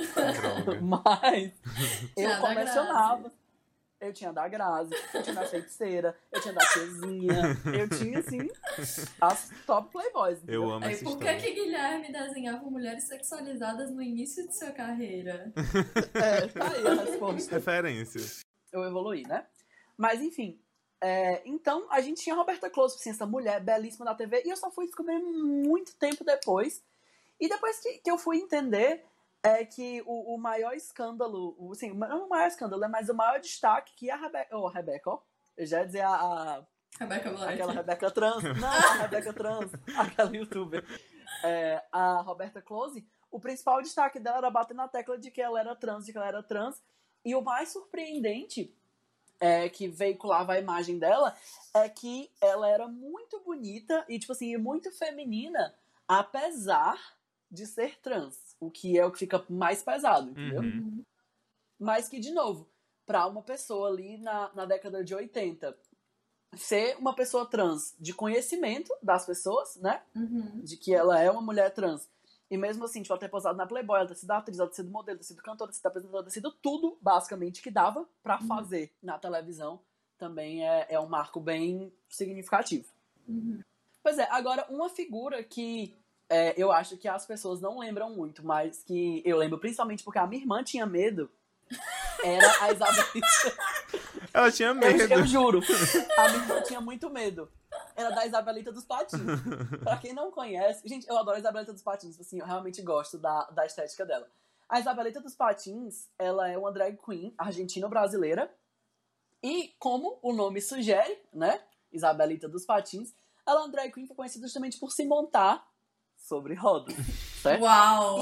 Mas eu colecionava. Eu tinha da Grazi, eu tinha da Feiticeira, eu tinha da Tezinha. Eu tinha, assim, as top Playboys. Entendeu? Eu amo essa história. Por que Guilherme desenhava mulheres sexualizadas no início de sua carreira? Tá aí a resposta. Referência. Eu evoluí, né? Mas, enfim. Então, a gente tinha a Roberta Close, assim, essa mulher belíssima da TV, e eu só fui descobrir muito tempo depois. E depois que eu fui entender que o maior escândalo, assim, não o maior escândalo, mas o maior destaque que a Rebeca, ó, eu já ia dizer Rebeca Black. Aquela Rebeca trans, não, a Rebeca trans, aquela youtuber, a Roberta Close, o principal destaque dela era bater na tecla de que ela era trans, e o mais surpreendente que veiculava a imagem dela é que ela era muito bonita e, tipo assim, muito feminina, apesar de ser trans, o que é o que fica mais pesado, entendeu? Uhum. Mas que, de novo, pra uma pessoa ali na década de 80 ser uma pessoa trans de conhecimento das pessoas, né? Uhum. De que ela é uma mulher trans. E mesmo assim, tipo, ela ter posado na Playboy, ela ter sido atriz, ela ter sido modelo, ter sido cantora, ter sido apresentadora, ter sido tudo, basicamente, que dava pra fazer na televisão, também é um marco bem significativo. Uhum. Pois agora, uma figura que eu acho que as pessoas não lembram muito, mas que eu lembro principalmente porque a minha irmã tinha medo, era a Isabelita. Ela tinha medo. Eu juro, a minha irmã tinha muito medo. Era da Isabelita dos Patins. Pra quem não conhece... Gente, eu adoro a Isabelita dos Patins. Assim, eu realmente gosto da estética dela. A Isabelita dos Patins, ela é uma drag queen argentino-brasileira. E, como o nome sugere, né? Isabelita dos Patins, ela é uma drag queen que é conhecida justamente por se montar sobre rodas. Certo? Uau!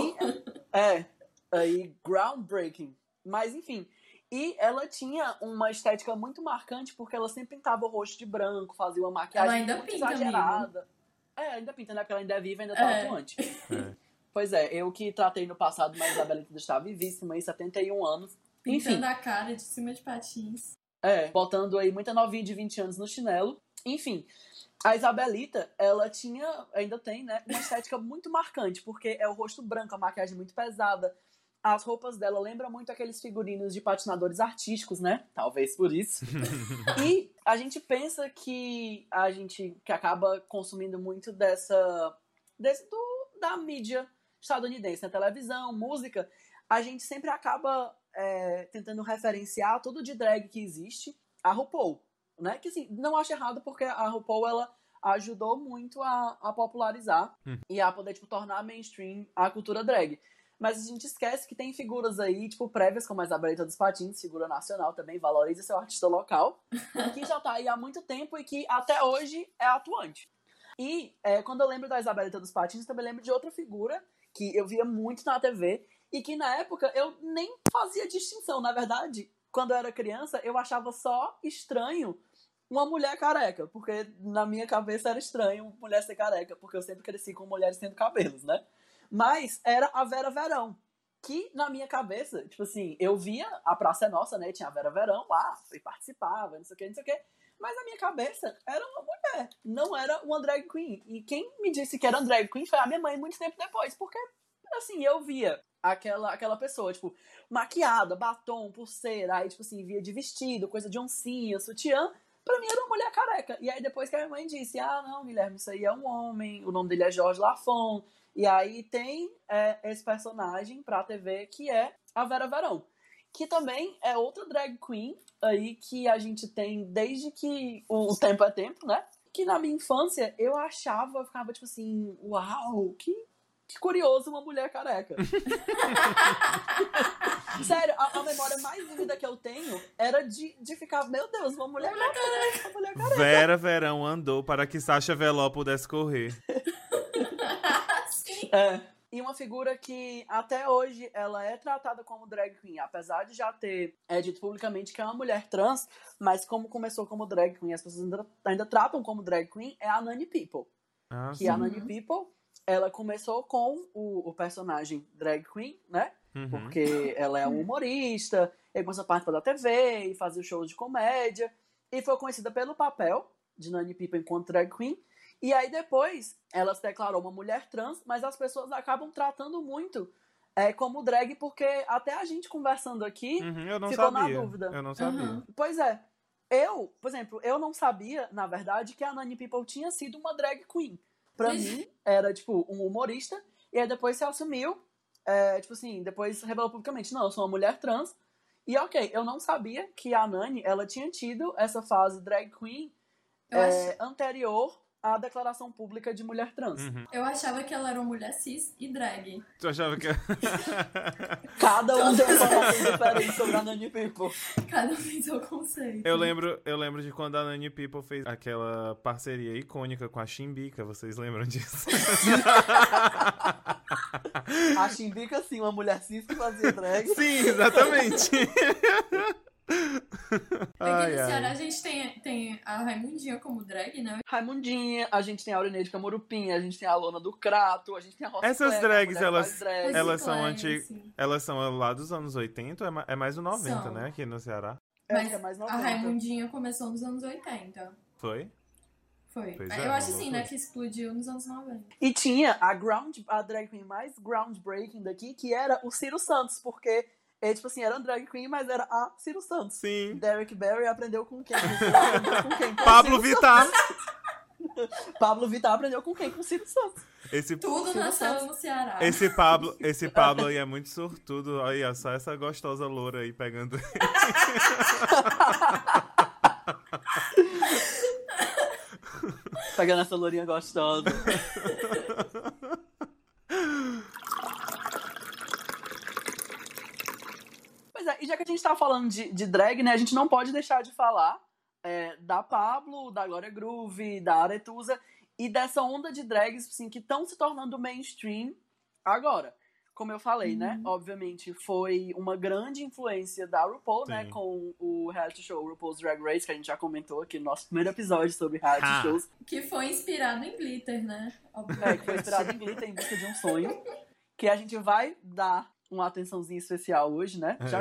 Aí, groundbreaking. Mas, enfim... E ela tinha uma estética muito marcante, porque ela sempre pintava o rosto de branco, fazia uma maquiagem muito exagerada. Ainda pinta, né? Porque ela ainda é viva, ainda tá atuante. Pois eu que tratei no passado, mas a Isabelita está vivíssima, em 71 anos. Pintando a cara de cima de patins. Botando aí muita novinha de 20 anos no chinelo. Enfim, a Isabelita, ela ainda tem, né, uma estética muito marcante, porque é o rosto branco, a maquiagem muito pesada. As roupas dela lembram muito aqueles figurinos de patinadores artísticos, né? Talvez por isso. E a gente pensa que a gente que acaba consumindo muito da mídia estadunidense, né? Televisão, música, a gente sempre acaba tentando referenciar tudo de drag que existe a RuPaul, né? Que assim, não acho errado porque a RuPaul, ela ajudou muito a popularizar e a poder, tipo, tornar mainstream a cultura drag. Mas a gente esquece que tem figuras aí, tipo, prévias, como a Isabelita dos Patins, figura nacional também, valoriza seu artista local, que já tá aí há muito tempo e que até hoje é atuante. E quando eu lembro da Isabelita dos Patins, eu também lembro de outra figura que eu via muito na TV e que na época eu nem fazia distinção. Na verdade, quando eu era criança, eu achava só estranho uma mulher careca, porque na minha cabeça era estranho mulher ser careca, porque eu sempre cresci com mulheres tendo cabelos, né? Mas era a Vera Verão. que na minha cabeça, tipo assim, eu via a Praça é Nossa, né? Tinha a Vera Verão lá, e participava, não sei o que, não sei o que. Mas na minha cabeça era uma mulher, não era uma drag queen. E quem me disse que era uma drag queen foi a minha mãe muito tempo depois. Porque, assim, eu via aquela pessoa, tipo, maquiada, batom, pulseira, aí, tipo assim, via de vestido, coisa de oncinha, sutiã. Pra mim era uma mulher careca. E aí depois que a minha mãe disse, não, Guilherme, isso aí é um homem, o nome dele é Jorge Lafon. E aí tem esse personagem pra TV que é a Vera Verão. Que também é outra drag queen aí que a gente tem desde que o tempo é tempo, né? Que na minha infância eu ficava tipo assim, uau, que curioso uma mulher careca. Sério, a memória mais vívida que eu tenho era de ficar, meu Deus, uma mulher careca. Uma mulher careca. Vera Verão andou para que Sasha Velour pudesse correr. Sim. E uma figura que até hoje ela é tratada como drag queen, apesar de já ter dito publicamente que é uma mulher trans, mas como começou como drag queen, as pessoas ainda tratam como drag queen, é a Nani People. Que sim. a Nani People, ela começou com o personagem drag queen, né? Porque ela é uma humorista, e começou a participar da TV e fazer shows de comédia, e foi conhecida pelo papel de Nani People enquanto drag queen. E aí depois ela se declarou uma mulher trans, mas as pessoas acabam tratando muito como drag, porque até a gente conversando aqui ficou na dúvida. Eu não sabia. Pois é. Por exemplo, eu não sabia, na verdade, que a Nani People tinha sido uma drag queen. Pra mim, era, tipo, um humorista, e aí depois se assumiu, tipo assim, depois revelou publicamente, não, eu sou uma mulher trans. E ok, eu não sabia que a Nani, ela tinha tido essa fase drag queen anterior à declaração pública de mulher trans. Eu achava que ela era uma mulher cis e drag. Tu achava que... Cada um tem uma coisa diferente sobre a Nani People. Cada um tem seu conceito. Eu lembro de quando a Nani People fez aquela parceria icônica com a Chimbica, vocês lembram disso? A Chimbica, sim, uma mulher cis que fazia drag. Sim, exatamente. Aqui no Ceará a gente tem a Raimundinha como drag, né? Raimundinha, a gente tem a Aurinei de Camurupim, a gente tem a Lona do Crato, a gente tem a Rosa Essas Cleca, drags, elas são antigas. Elas são lá dos anos 80, é mais o 90, São. né? Aqui no Ceará. Mas é mais 90. a Raimundinha começou nos anos 80. Foi? Foi. Pois Eu acho assim, né? Que explodiu nos anos 90. E tinha a drag queen mais groundbreaking daqui, que era o Ciro Santos, porque tipo assim, era um drag queen, mas era a Ciro Santos. Sim. Derek Barry aprendeu com quem? Pablo Vittar. Pablo Vittar aprendeu com quem? Com o Ciro Santos. Tudo nasceu no Ceará. Esse Pablo aí é muito sortudo. Olha só essa gostosa loura aí pegando. Pegando essa lourinha gostosa. Pois é, e já que a gente tá falando de drag, né, a gente não pode deixar de falar da Pablo, da Glória Groove, da Aretusa e dessa onda de drags assim, que estão se tornando mainstream agora. Como eu falei, né, obviamente foi uma grande influência da RuPaul, Sim. né, com o reality show RuPaul's Drag Race, que a gente já comentou aqui no nosso primeiro episódio sobre reality shows. Que foi inspirado em Glitter, né? Que foi inspirado em Glitter, Em Busca de um Sonho. Que a gente vai dar uma atençãozinha especial hoje, né? Já.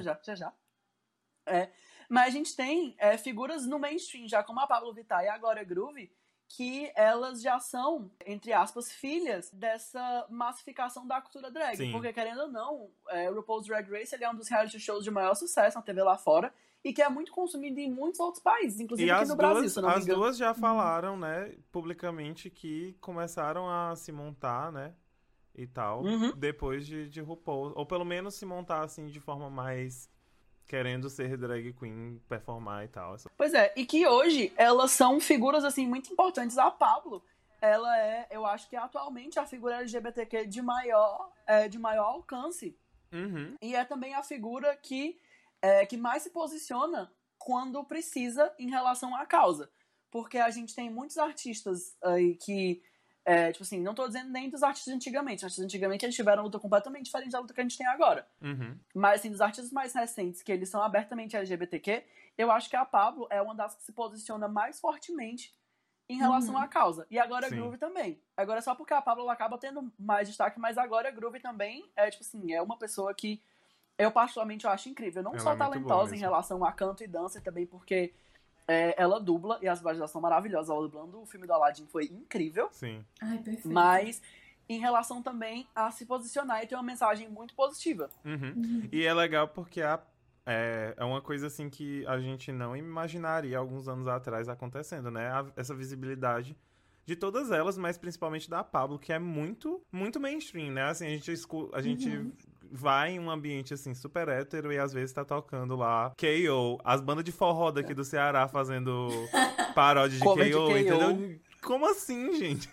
Mas a gente tem figuras no mainstream, já como a Pablo Vittar e a Glória Groove, que elas já são, entre aspas, filhas dessa massificação da cultura drag. Sim. Porque, querendo ou não, o RuPaul's Drag Race ele é um dos reality shows de maior sucesso na TV lá fora e que é muito consumido em muitos outros países, inclusive aqui no Brasil, se eu não me engano. As duas já falaram, né, publicamente que começaram a se montar, né, e tal, depois de RuPaul. Ou pelo menos se montar, assim, de forma mais... querendo ser drag queen, performar e tal. Pois é, e que hoje elas são figuras, assim, muito importantes. A Pablo, ela eu acho que é atualmente a figura LGBTQ de maior alcance. E é também a figura que mais se posiciona quando precisa em relação à causa. Porque a gente tem muitos artistas aí que... tipo assim, não tô dizendo nem dos artistas antigamente. Os artistas antigamente eles tiveram uma luta completamente diferente da luta que a gente tem agora. Mas, assim, dos artistas mais recentes, que eles são abertamente LGBTQ, eu acho que a Pablo é uma das que se posiciona mais fortemente em relação Uhum. à causa. E agora Sim. Groove também. Agora só porque a Pablo ela acaba tendo mais destaque, mas agora Groove também é, tipo assim, é uma pessoa que eu particularmente eu acho incrível. Não Ela só é muito boa talentosa em mesmo. relação a canto e dança, também porque ela dubla e as visualizações são maravilhosas. Ela dublando o filme do Aladdin foi incrível. Sim. Ai, perfeito. Mas em relação também a se posicionar e ter uma mensagem muito positiva. Uhum. E é legal porque é uma coisa assim que a gente não imaginaria alguns anos atrás acontecendo, né? Essa visibilidade de todas elas, mas principalmente da Pablo, que é muito, muito mainstream, né? Assim, a gente vai em um ambiente assim super hétero e às vezes tá tocando lá K.O., as bandas de forró daqui do Ceará fazendo paródia de Cover de K.O., K.O. entendeu? Como assim, gente?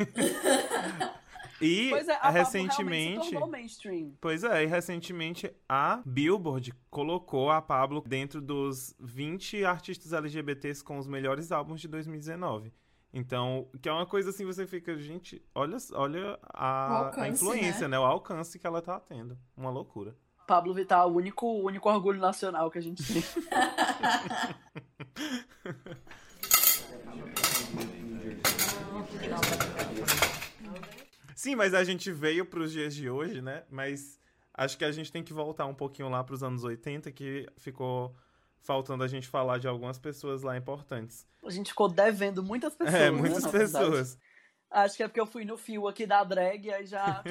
E Pois é, a Pablo realmente se recentemente, tornou mainstream. pois é, e recentemente a Billboard colocou a Pablo dentro dos 20 artistas LGBTs com os melhores álbuns de 2019. Então, que é uma coisa assim, você fica, gente, olha O a alcance, influência, né? né? O alcance que ela tá tendo. Uma loucura. Pablo Vittar, o único orgulho nacional que a gente tem. Sim, mas a gente veio pros dias de hoje, né? Mas acho que a gente tem que voltar um pouquinho lá pros anos 80, que ficou faltando a gente falar de algumas pessoas lá importantes. A gente ficou devendo muitas pessoas, Muitas né, na verdade. pessoas. Acho que é porque eu fui no fio aqui da drag e aí já...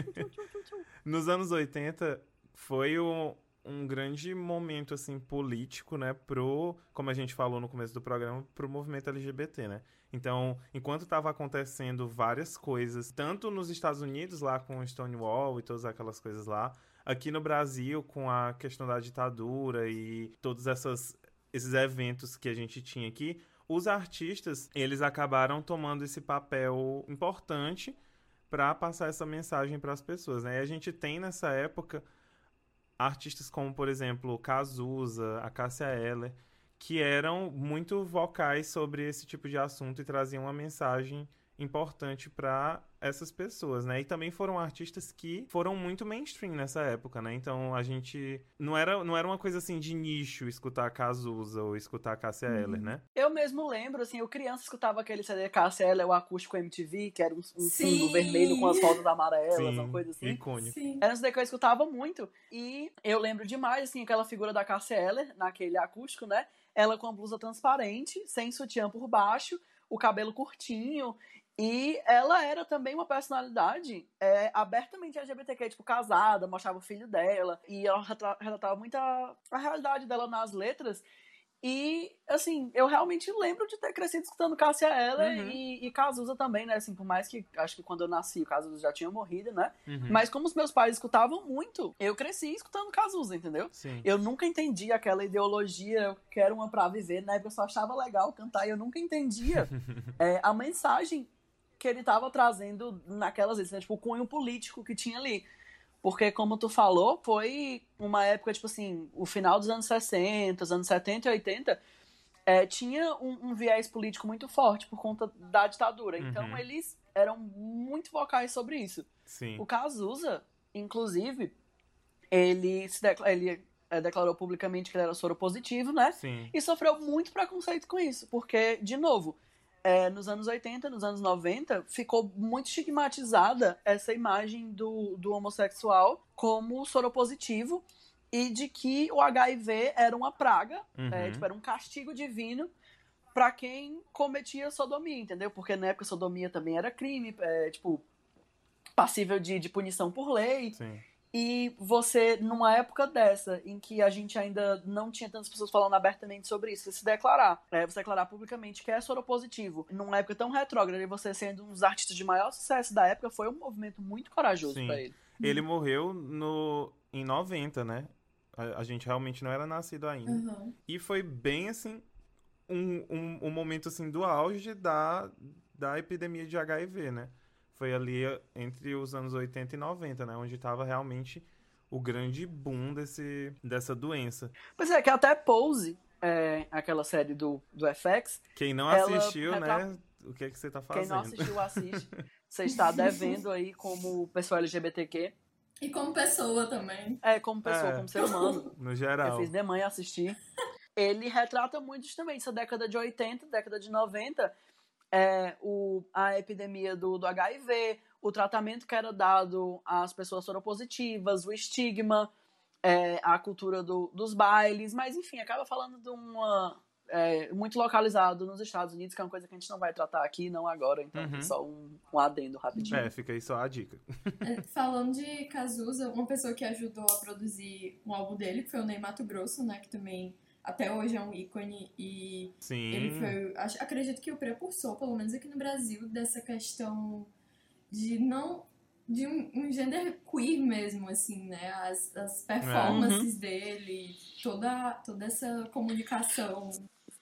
Nos anos 80 foi um grande momento assim político, né, como a gente falou no começo do programa, pro movimento LGBT, né? Então, enquanto estava acontecendo várias coisas, tanto nos Estados Unidos lá com o Stonewall e todas aquelas coisas lá, aqui no Brasil com a questão da ditadura e todos esses eventos que a gente tinha aqui, os artistas, eles acabaram tomando esse papel importante para passar essa mensagem para as pessoas, né? E a gente tem nessa época artistas como, por exemplo, Cazuza, a Cássia Eller, que eram muito vocais sobre esse tipo de assunto e traziam uma mensagem importante para essas pessoas, né? E também foram artistas que foram muito mainstream nessa época, né? Então a gente não era uma coisa assim de nicho escutar Cazuza ou escutar Cássia Eller, né? Eu mesmo lembro, assim, eu criança escutava aquele CD Cássia Eller, o acústico MTV, que era um fundo vermelho com as rosas amarelas, uma Sim, coisa assim. icônico. Sim. Era um CD que eu escutava muito. E eu lembro demais, assim, aquela figura da Cássia Eller, naquele acústico, né? Ela com a blusa transparente, sem sutiã por baixo, o cabelo curtinho. E ela era também uma personalidade abertamente LGBTQ, tipo, casada, mostrava o filho dela. E ela retratava muito a realidade dela nas letras. E, assim, eu realmente lembro de ter crescido escutando Cássia Eller e Cazuza também, né? Assim, por mais que, acho que quando eu nasci, o Cazuza já tinha morrido, né? Mas como os meus pais escutavam muito, eu cresci escutando Cazuza, entendeu? Sim. Eu nunca entendi aquela ideologia, eu quero uma pra viver, na época eu só achava legal cantar e eu nunca entendia a mensagem que ele tava trazendo naquelas vezes, né? Tipo, o cunho político que tinha ali. Porque, como tu falou, foi uma época, tipo assim, o final dos anos 60, os anos 70 e 80, tinha um viés político muito forte por conta da ditadura. Então, eles eram muito vocais sobre isso. Sim. O Cazuza, inclusive, ele declarou publicamente que ele era soropositivo, né? Sim. E sofreu muito preconceito com isso. Porque, de novo, nos anos 80, nos anos 90, ficou muito estigmatizada essa imagem do homossexual como soropositivo e de que o HIV era uma praga, tipo, era um castigo divino pra quem cometia sodomia, entendeu? Porque na época sodomia também era crime, tipo, passível de punição por lei. Sim. E você, numa época dessa, em que a gente ainda não tinha tantas pessoas falando abertamente sobre isso, você declarar publicamente que é soropositivo, numa época tão retrógrada, e você sendo um dos artistas de maior sucesso da época, foi um movimento muito corajoso pra ele. Ele morreu em 90, né? A gente realmente não era nascido ainda. E foi bem, assim, um momento, assim, do auge da epidemia de HIV, né? Foi ali entre os anos 80 e 90, né? Onde estava realmente o grande boom dessa doença. Pois é, que até Pose, aquela série do FX... Quem não assistiu, né? O que é que você tá fazendo? Quem não assistiu, assiste. Você está devendo aí como pessoa LGBTQ. E como pessoa também. Como pessoa, como ser humano. No geral. Eu fiz de mãe assistir. Ele retrata muito justamente essa década de 80, década de 90... a epidemia do HIV, o tratamento que era dado às pessoas soropositivas, o estigma, a cultura dos bailes, mas enfim, acaba falando de muito localizado nos Estados Unidos, que é uma coisa que a gente não vai tratar aqui, não agora, então só um adendo rapidinho. Fica aí só a dica. Falando de Cazuza, uma pessoa que ajudou a produzir um álbum dele, que foi o Ney Matogrosso, né, que também até hoje é um ícone, e Sim. ele foi, acredito que o precursor, pelo menos aqui no Brasil, dessa questão de um gênero queer mesmo, assim, né, as performances dele, toda essa comunicação.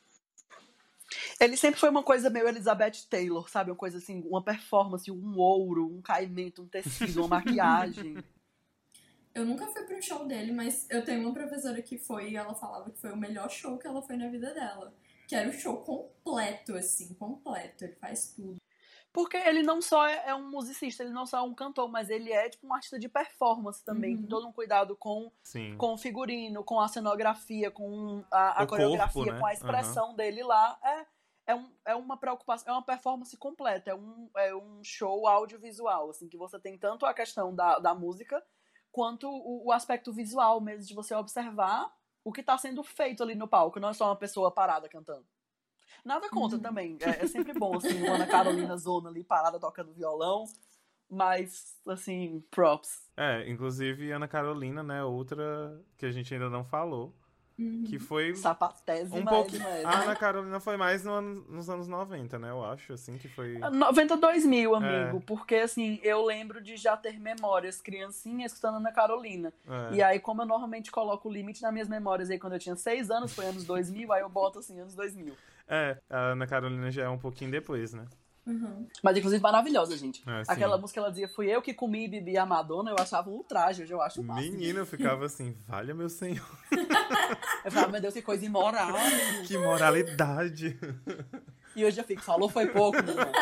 Ele sempre foi uma coisa meio Elizabeth Taylor, sabe? Uma coisa assim, uma performance, um ouro, um caimento, um tecido, uma maquiagem. Eu nunca fui pro show dele, mas eu tenho uma professora que foi e ela falava que foi o melhor show que ela foi na vida dela. Que era o show completo, assim, completo. Ele faz tudo. Porque ele não só é um musicista, ele não só é um cantor, mas ele é tipo um artista de performance também. Tem todo um cuidado com o figurino, com a cenografia, com a coreografia, corpo, né? Com a expressão dele lá. É uma preocupação, é uma performance completa, é um show audiovisual, assim, que você tem tanto a questão da música, quanto o aspecto visual mesmo, de você observar o que está sendo feito ali no palco, não é só uma pessoa parada cantando. Nada contra também, é sempre bom, assim, uma Ana Carolina Zona ali parada tocando violão, mas, assim, props. Inclusive Ana Carolina, né, outra que a gente ainda não falou, que foi sapatésima. Um pouquinho. A Ana Carolina foi mais nos anos 90, né? Eu acho, assim, que foi... 92.000, amigo. Porque, assim, eu lembro de já ter memórias criancinha escutando Ana Carolina. E aí, como eu normalmente coloco o limite nas minhas memórias aí quando eu tinha 6 anos, foi anos 2000, aí eu boto, assim, anos 2000. A Ana Carolina já é um pouquinho depois, né? Mas, inclusive, maravilhosa, gente. Aquela música, ela dizia, fui eu que comi e bebi a Madonna, eu achava um ultraje, hoje eu acho massa. Menina, eu ficava assim, valha meu senhor. Eu falava, meu Deus, que coisa imoral. Que moralidade. E hoje eu fico, falou foi pouco, meu irmão.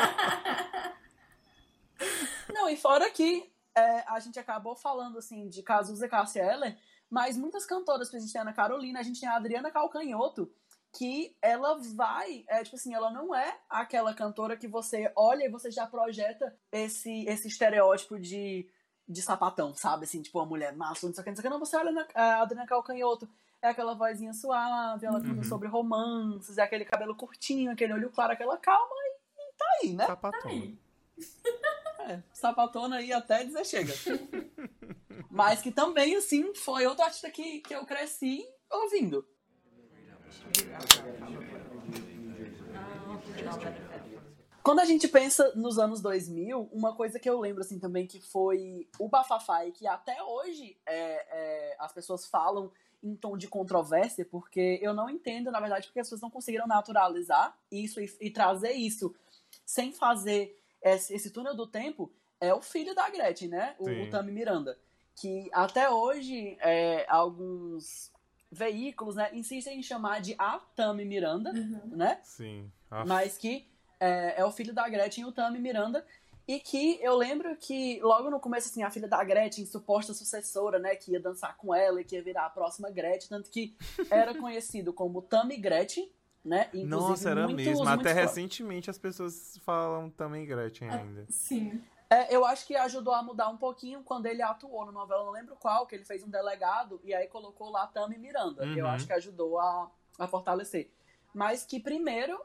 Não, e fora que a gente acabou falando, assim, de Cazuza e Cássia Eller, mas muitas cantoras, a gente tem a Ana Carolina, a gente tem a Adriana Calcanhoto, que ela vai, tipo assim, ela não é aquela cantora que você olha e você já projeta esse estereótipo de sapatão, sabe? Assim, tipo, uma mulher massa, não sei o que. Não, você olha a Adriana Calcanhoto, é aquela vozinha suave, ela canta sobre romances, é aquele cabelo curtinho, aquele olho claro, aquela calma e tá aí, né? Sapatona. Sapatona aí até dizer chega. Mas que também, assim, foi outro artista que eu cresci ouvindo. Quando a gente pensa nos anos 2000, uma coisa que eu lembro assim também que foi o bafafá e que até hoje as pessoas falam em tom de controvérsia, porque eu não entendo, na verdade, porque as pessoas não conseguiram naturalizar isso e trazer isso sem fazer esse túnel do tempo, é o filho da Gretchen, né? O Tami Miranda. Que até hoje alguns veículos, né, insistem em chamar de a Tami Miranda, né? Sim. Mas que é o filho da Gretchen, o Tami Miranda, e que eu lembro que logo no começo, assim, a filha da Gretchen, suposta sucessora, né, que ia dançar com ela e que ia virar a próxima Gretchen, tanto que era conhecido como Tami Gretchen, né? Inclusive, nossa, era mesmo. Até recentemente as pessoas falam Tami Gretchen ainda. Sim. Eu acho que ajudou a mudar um pouquinho quando ele atuou na novela, não lembro qual, que ele fez um delegado e aí colocou lá Tami Miranda. Eu acho que ajudou a fortalecer. Mas que primeiro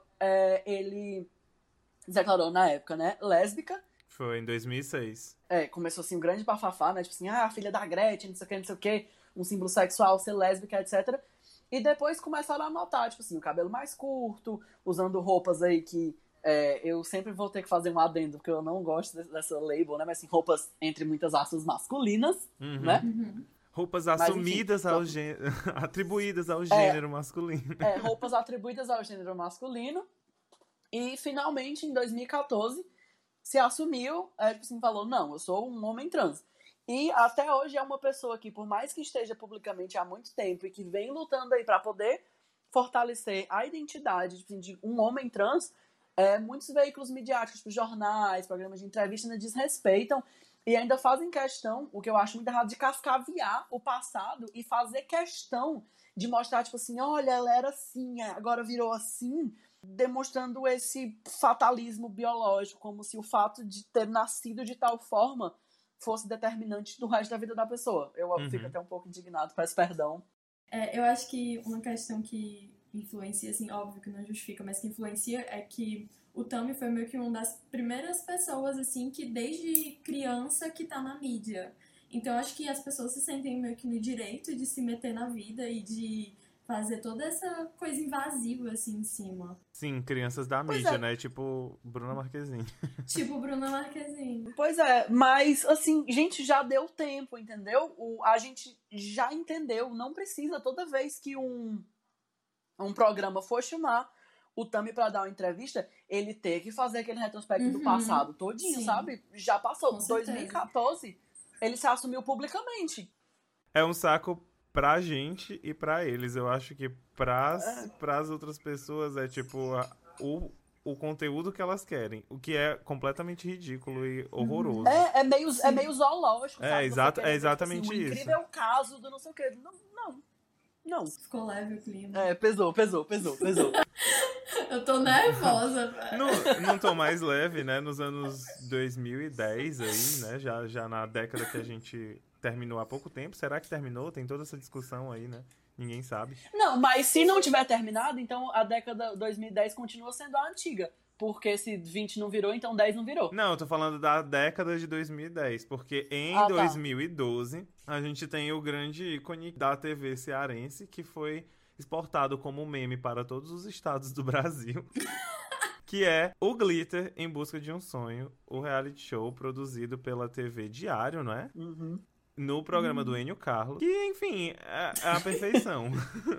ele se declarou na época, né, lésbica. Foi em 2006. Começou assim um grande bafafá, né, tipo assim, a filha da Gretchen, não sei o que, um símbolo sexual, ser lésbica, etc. E depois começaram a notar, tipo assim, o cabelo mais curto, usando roupas aí que eu sempre vou ter que fazer um adendo, porque eu não gosto dessa label, né? Mas assim, roupas entre muitas aspas masculinas, né? Roupas assumidas ao gênero, atribuídas ao gênero masculino. Roupas atribuídas ao gênero masculino. E finalmente, em 2014, se assumiu, tipo assim, falou, não, eu sou um homem trans. E até hoje é uma pessoa que, por mais que esteja publicamente há muito tempo e que vem lutando aí pra poder fortalecer a identidade tipo assim, de um homem trans, muitos veículos midiáticos, tipo jornais, programas de entrevista, ainda desrespeitam e ainda fazem questão, o que eu acho muito errado, de cascaviar o passado e fazer questão de mostrar, tipo assim, olha, ela era assim, agora virou assim, demonstrando esse fatalismo biológico, como se o fato de ter nascido de tal forma fosse determinante do resto da vida da pessoa. Eu fico até um pouco indignado, peço perdão. Eu acho que uma questão que influencia, assim, óbvio que não justifica, mas que influencia é que o Tami foi meio que uma das primeiras pessoas, assim, que desde criança que tá na mídia. Então, acho que as pessoas se sentem meio que no direito de se meter na vida e de fazer toda essa coisa invasiva, assim, em cima. Sim, crianças da mídia, né? Tipo Bruna Marquezine. Tipo Bruna Marquezine. Pois é, mas, assim, gente, já deu tempo, entendeu? A gente já entendeu, não precisa toda vez que um programa for chamar o Tami pra dar uma entrevista, ele ter que fazer aquele retrospecto do passado todinho, sim. Sabe? Já passou. Com 2014, ele se assumiu publicamente. É um saco pra gente e pra eles. Eu acho que pras outras pessoas é tipo o conteúdo que elas querem. O que é completamente ridículo e horroroso. É meio zoológico, sabe? É exatamente tipo assim, isso. O incrível caso do não sei o quê. Não. Ficou leve o clima. Pesou. Eu tô nervosa, velho. Não tô mais leve, né? Nos anos 2010 aí, né? Já na década que a gente terminou há pouco tempo. Será que terminou? Tem toda essa discussão aí, né? Ninguém sabe. Não, mas se não tiver terminado, então a década 2010 continua sendo a antiga. Porque se 20 não virou, então 10 não virou. Não, eu tô falando da década de 2010. Porque em 2012, a gente tem o grande ícone da TV cearense, que foi exportado como meme para todos os estados do Brasil. Que é o Glitter em Busca de um Sonho, o reality show produzido pela TV Diário, não é? No programa do Enio Carlos. Que, enfim, é a perfeição.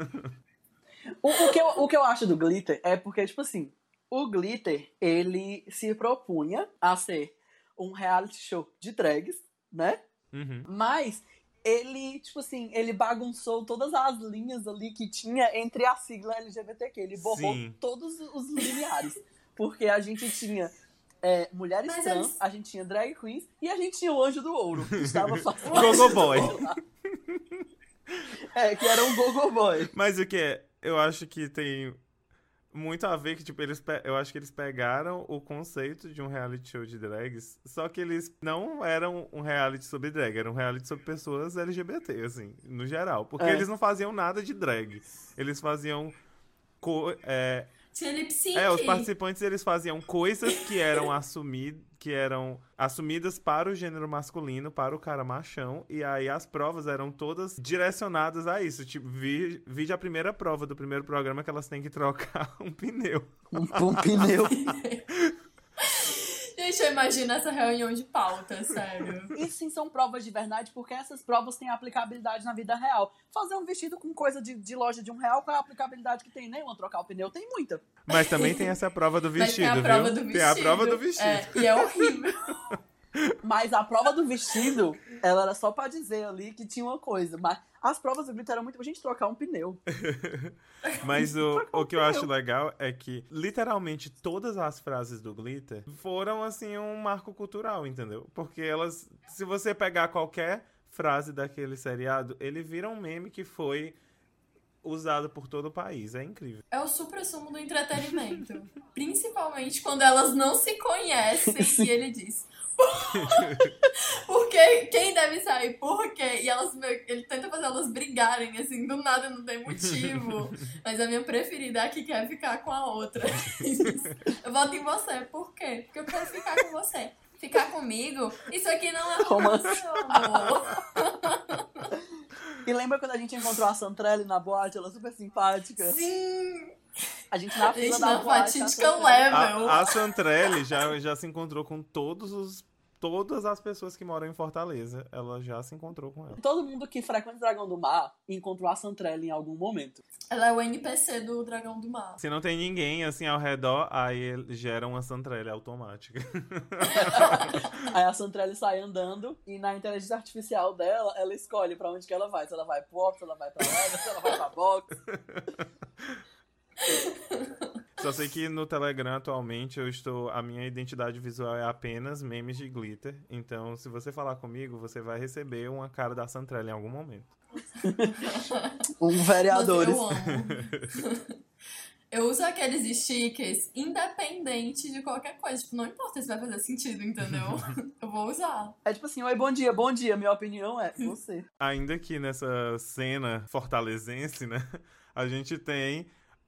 O que eu acho do Glitter é porque, tipo assim, o Glitter, ele se propunha a ser um reality show de drags, né? Mas ele, tipo assim, ele bagunçou todas as linhas ali que tinha entre a sigla LGBTQ. Ele borrou todos os lineares. Porque a gente tinha mulheres trans, a gente tinha drag queens e a gente tinha o Anjo do Ouro, que estava fazendo Gogo Boy. que era um Gogo Boy. Mas o que é? Eu acho que tem muito a ver que, tipo, eu acho que eles pegaram o conceito de um reality show de drags, só que eles não eram um reality sobre drag, era um reality sobre pessoas LGBT, assim, no geral. Porque eles não faziam nada de drag. Eles faziam... Tinha lip sync. Os participantes, eles faziam coisas que eram assumidas para o gênero masculino, para o cara machão, e aí as provas eram todas direcionadas a isso. Tipo, vide a primeira prova do primeiro programa que elas têm que trocar um pneu. Um pneu. Gente, eu imagino essa reunião de pauta, sério. Isso sim são provas de verdade, porque essas provas têm aplicabilidade na vida real. Fazer um vestido com coisa de loja de R$1, qual é a aplicabilidade que tem? Nenhuma. Trocar o pneu tem muita. Mas também tem essa prova do vestido, tem a prova viu? do vestido. Tem a prova do vestido. E é horrível. Mas a prova do vestido, ela era só pra dizer ali que tinha uma coisa. Mas as provas do Glitter eram muito pra gente trocar um pneu. Mas o que eu acho legal é que, literalmente, todas as frases do Glitter foram, assim, um marco cultural, entendeu? Porque elas, se você pegar qualquer frase daquele seriado, ele vira um meme que foi usado por todo o país. É incrível. É o suprassumo do entretenimento. Principalmente quando elas não se conhecem e ele diz... Porque quem deve sair? Por quê? E ele tenta fazer elas brigarem, assim, do nada, não tem motivo. Mas a minha preferida é a que quer ficar com a outra. Eu voto em você. Por quê? Porque eu quero ficar com você. Ficar comigo? Isso aqui não é romance, amor. E lembra quando a gente encontrou a Santrelli na boate? Ela super simpática. Sim! A gente na fila da na boate. fatídica level. A Santrelli já se encontrou com todas as pessoas que moram em Fortaleza. Ela já se encontrou com ela. Todo mundo que frequenta o Dragão do Mar encontrou a Santrelli em algum momento. Ela é o NPC do Dragão do Mar. Se não tem ninguém assim ao redor, aí gera uma Santrelli automática. Aí a Santrelli sai andando e na inteligência artificial dela, ela escolhe pra onde que ela vai. Se ela vai pro off, se ela vai pra leve, se ela vai pra box. Só sei que no Telegram atualmente a minha identidade visual é apenas memes de glitter. Então, se você falar comigo, você vai receber uma cara da Santrelli em algum momento. Vereadores. Eu amo. Eu uso aqueles stickers independente de qualquer coisa. Tipo, não importa se vai fazer sentido, entendeu? Eu vou usar. É tipo assim, oi, bom dia. Minha opinião é você. Ainda aqui nessa cena fortalezense, né? A gente tem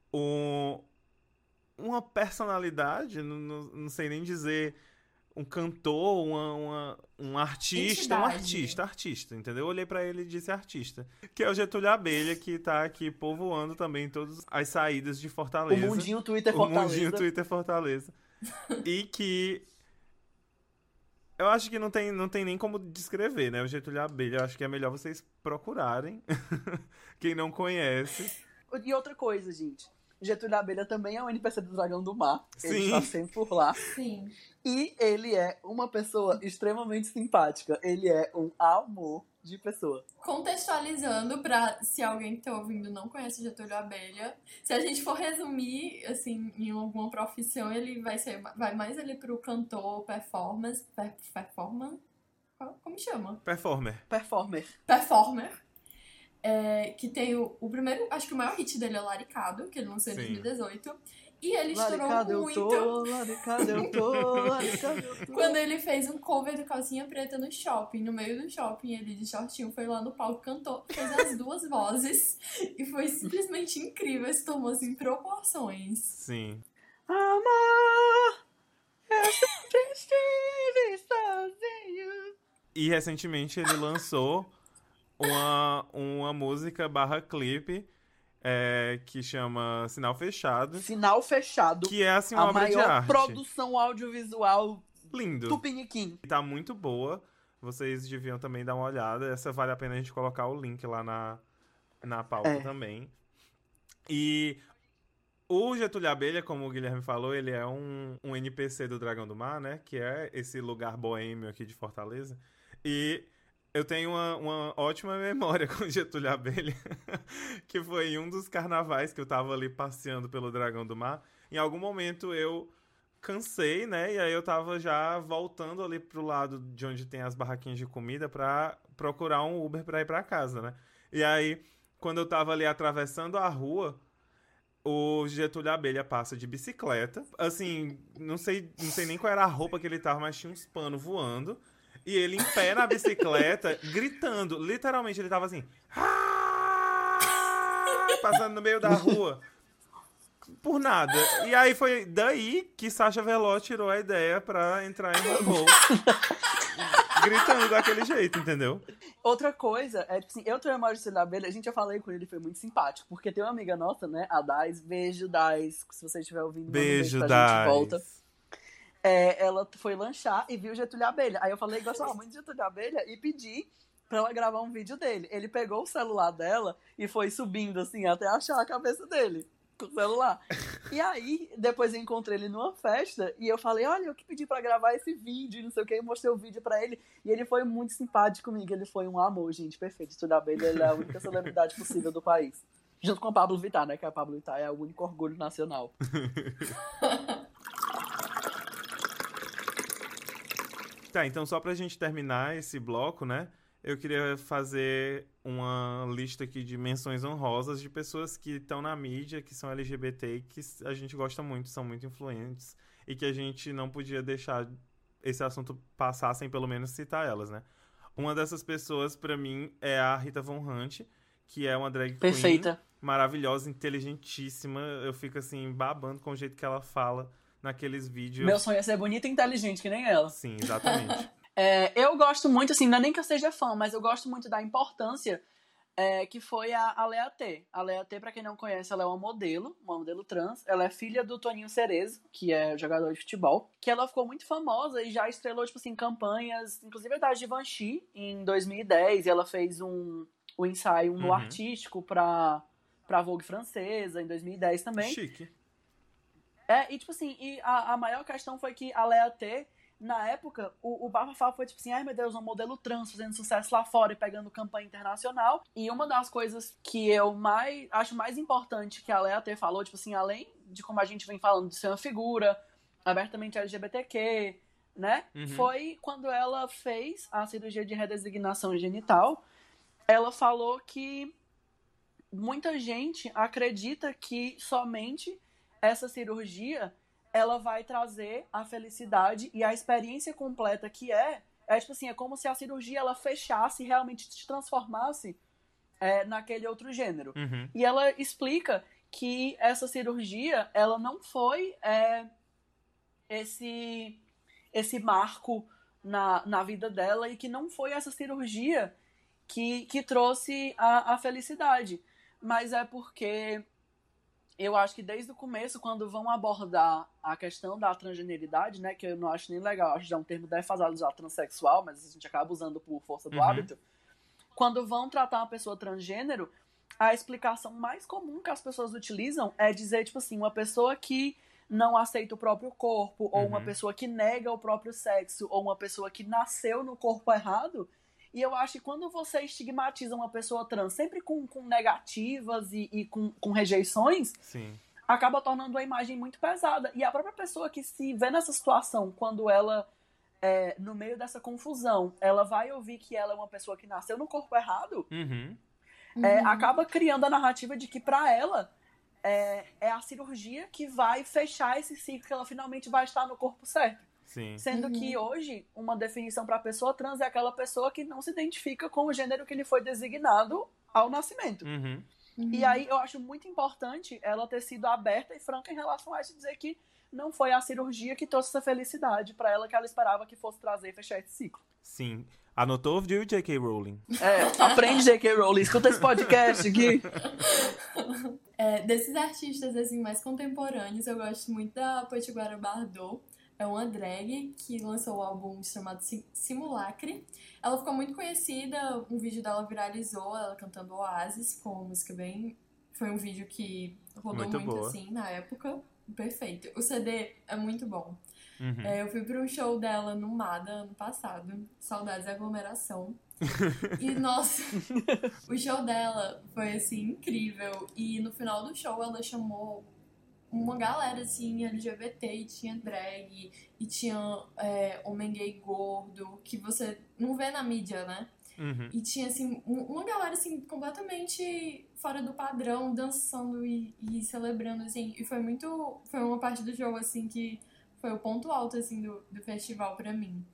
uma personalidade, não sei nem dizer, um cantor, um artista, artista, entendeu? Eu olhei pra ele e disse artista. Que é o Getúlio Abelha, que tá aqui povoando também todas as saídas de Fortaleza. O mundinho Twitter Fortaleza. O mundinho Twitter Fortaleza. E que eu acho que não tem nem como descrever, né? O Getúlio Abelha, eu acho que é melhor vocês procurarem. Quem não conhece. E outra coisa, gente. Getúlio Abelha também é um NPC do Dragão do Mar. Sim. Ele está sempre por lá. Sim. E ele é uma pessoa extremamente simpática. Ele é um amor de pessoa. Contextualizando, pra se alguém que tá ouvindo não conhece o Getúlio Abelha, se a gente for resumir, assim, em alguma profissão, ele vai mais ali pro cantor, performance, como chama? Performer. Performer. Que tem o primeiro, acho que o maior hit dele é Laricado, que ele lançou em 2018. E ele estourou muito. Laricado eu tô. Quando ele fez um cover do Calcinha Preta no shopping. No meio do shopping, ele de shortinho foi lá no palco, cantou, fez as duas vozes. E foi simplesmente incrível. Isso tomou assim proporções. Sim. Amor, eu sempre estive sozinho. E recentemente ele lançou uma música / clipe que chama Sinal Fechado. Sinal Fechado. Que é assim uma obra de arte. A maior produção audiovisual lindo. Tupiniquim. Tá muito boa. Vocês deviam também dar uma olhada. Essa vale a pena a gente colocar o link lá na pauta também. E o Getúlio Abelha, como o Guilherme falou, ele é um NPC do Dragão do Mar, né? Que é esse lugar boêmio aqui de Fortaleza. E eu tenho uma ótima memória com o Getúlio Abelha, que foi em um dos carnavais que eu tava ali passeando pelo Dragão do Mar. Em algum momento eu cansei, né? E aí eu tava já voltando ali pro lado de onde tem as barraquinhas de comida pra procurar um Uber pra ir pra casa, né? E aí, quando eu tava ali atravessando a rua, o Getúlio Abelha passa de bicicleta. Assim, não sei nem qual era a roupa que ele tava, mas tinha uns panos voando. E ele em pé na bicicleta, gritando. Literalmente, ele tava assim... passando no meio da rua. Por nada. E aí foi daí que Sacha Veloz tirou a ideia pra entrar em RuPaul. Gritando daquele jeito, entendeu? Outra coisa, tipo assim, eu tenho a memória de Getúlio Abelha, a gente já falei com ele, foi muito simpático. Porque tem uma amiga nossa, né, a Dais, beijo, Dais, se você estiver ouvindo, beijo, pra Dais. gente volta. Ela foi lanchar e viu Getúlio Abelha. Aí eu falei, gostava muito de Getúlio Abelha e pedi pra ela gravar um vídeo dele. Ele pegou o celular dela e foi subindo, assim, até achar a cabeça dele com o celular. E aí, depois eu encontrei ele numa festa e eu falei, olha, eu que pedi pra gravar esse vídeo e não sei o que, eu mostrei o vídeo pra ele e ele foi muito simpático comigo, ele foi um amor, gente, perfeito. Getúlio Abelha, ele é a única celebridade possível do país. Junto com a Pablo Vittar, né, que a Pablo Vittar é o único orgulho nacional. Tá, então só pra gente terminar esse bloco, né? Eu queria fazer uma lista aqui de menções honrosas de pessoas que estão na mídia, que são LGBT e que a gente gosta muito, são muito influentes e que a gente não podia deixar esse assunto passar sem pelo menos citar elas, né? Uma dessas pessoas, pra mim, é a Rita Von Hunt, que é uma drag perfeita, queen maravilhosa, inteligentíssima. Eu fico assim, babando com o jeito que ela fala naqueles vídeos. Meu sonho é ser bonita e inteligente, que nem ela. Sim, exatamente. Eu gosto muito, assim, não é nem que eu seja fã, mas eu gosto muito da importância que foi a Lea T. A Lea T, pra quem não conhece, ela é uma modelo trans. Ela é filha do Toninho Cerezo, que é jogador de futebol, que ela ficou muito famosa e já estrelou, tipo assim, campanhas, inclusive da Givenchy, em 2010, e ela fez o ensaio no artístico pra Vogue francesa, em 2010 também. Chique. E tipo assim, a maior questão foi que a Lea T, na época, o bafafá foi tipo assim, ai meu Deus, um modelo trans fazendo sucesso lá fora e pegando campanha internacional. E uma das coisas que eu acho mais importante que a Lea T falou, tipo assim, além de como a gente vem falando de ser uma figura abertamente LGBTQ, né? Foi quando ela fez a cirurgia de redesignação genital. Ela falou que muita gente acredita que somente essa cirurgia, ela vai trazer a felicidade e a experiência completa que tipo assim, é como se a cirurgia ela fechasse e realmente se transformasse naquele outro gênero. Uhum. E ela explica que essa cirurgia, ela não foi esse marco na vida dela e que não foi essa cirurgia que trouxe a felicidade. Mas é porque eu acho que desde o começo, quando vão abordar a questão da transgeneridade, né, que eu não acho nem legal, acho já um termo defasado usar transexual, mas a gente acaba usando por força do hábito, quando vão tratar uma pessoa transgênero, a explicação mais comum que as pessoas utilizam é dizer, tipo assim, uma pessoa que não aceita o próprio corpo, ou uma pessoa que nega o próprio sexo, ou uma pessoa que nasceu no corpo errado. E eu acho que quando você estigmatiza uma pessoa trans sempre com negativas e com rejeições, Sim. acaba tornando a imagem muito pesada. E a própria pessoa que se vê nessa situação, quando ela, no meio dessa confusão, ela vai ouvir que ela é uma pessoa que nasceu no corpo errado, acaba criando a narrativa de que pra ela é a cirurgia que vai fechar esse ciclo, que ela finalmente vai estar no corpo certo. Sim. Sendo que hoje, uma definição para a pessoa trans é aquela pessoa que não se identifica com o gênero que lhe foi designado ao nascimento. E aí eu acho muito importante ela ter sido aberta e franca em relação a isso, dizer que não foi a cirurgia que trouxe essa felicidade para ela que ela esperava que fosse trazer e fechar esse ciclo. Sim. Anotou, viu, J.K. Rowling? Aprende, J.K. Rowling, escuta esse podcast aqui. Desses artistas assim, mais contemporâneos, eu gosto muito da Potiguara Bardot. É uma drag que lançou o álbum chamado Simulacre. Ela ficou muito conhecida, um vídeo dela viralizou, ela cantando Oasis, com uma música bem... Foi um vídeo que rodou muito assim, na época. Perfeito. O CD é muito bom. Eu fui para um show dela no MADA ano passado. Saudades da aglomeração. E, nossa, o show dela foi, assim, incrível. E no final do show ela chamou uma galera, assim, LGBT, e tinha drag, e tinha homem gay gordo, que você não vê na mídia, né? E tinha, assim, uma galera, assim, completamente fora do padrão, dançando e celebrando, assim. E foi uma parte do show, assim, que foi o ponto alto, assim, do festival pra mim.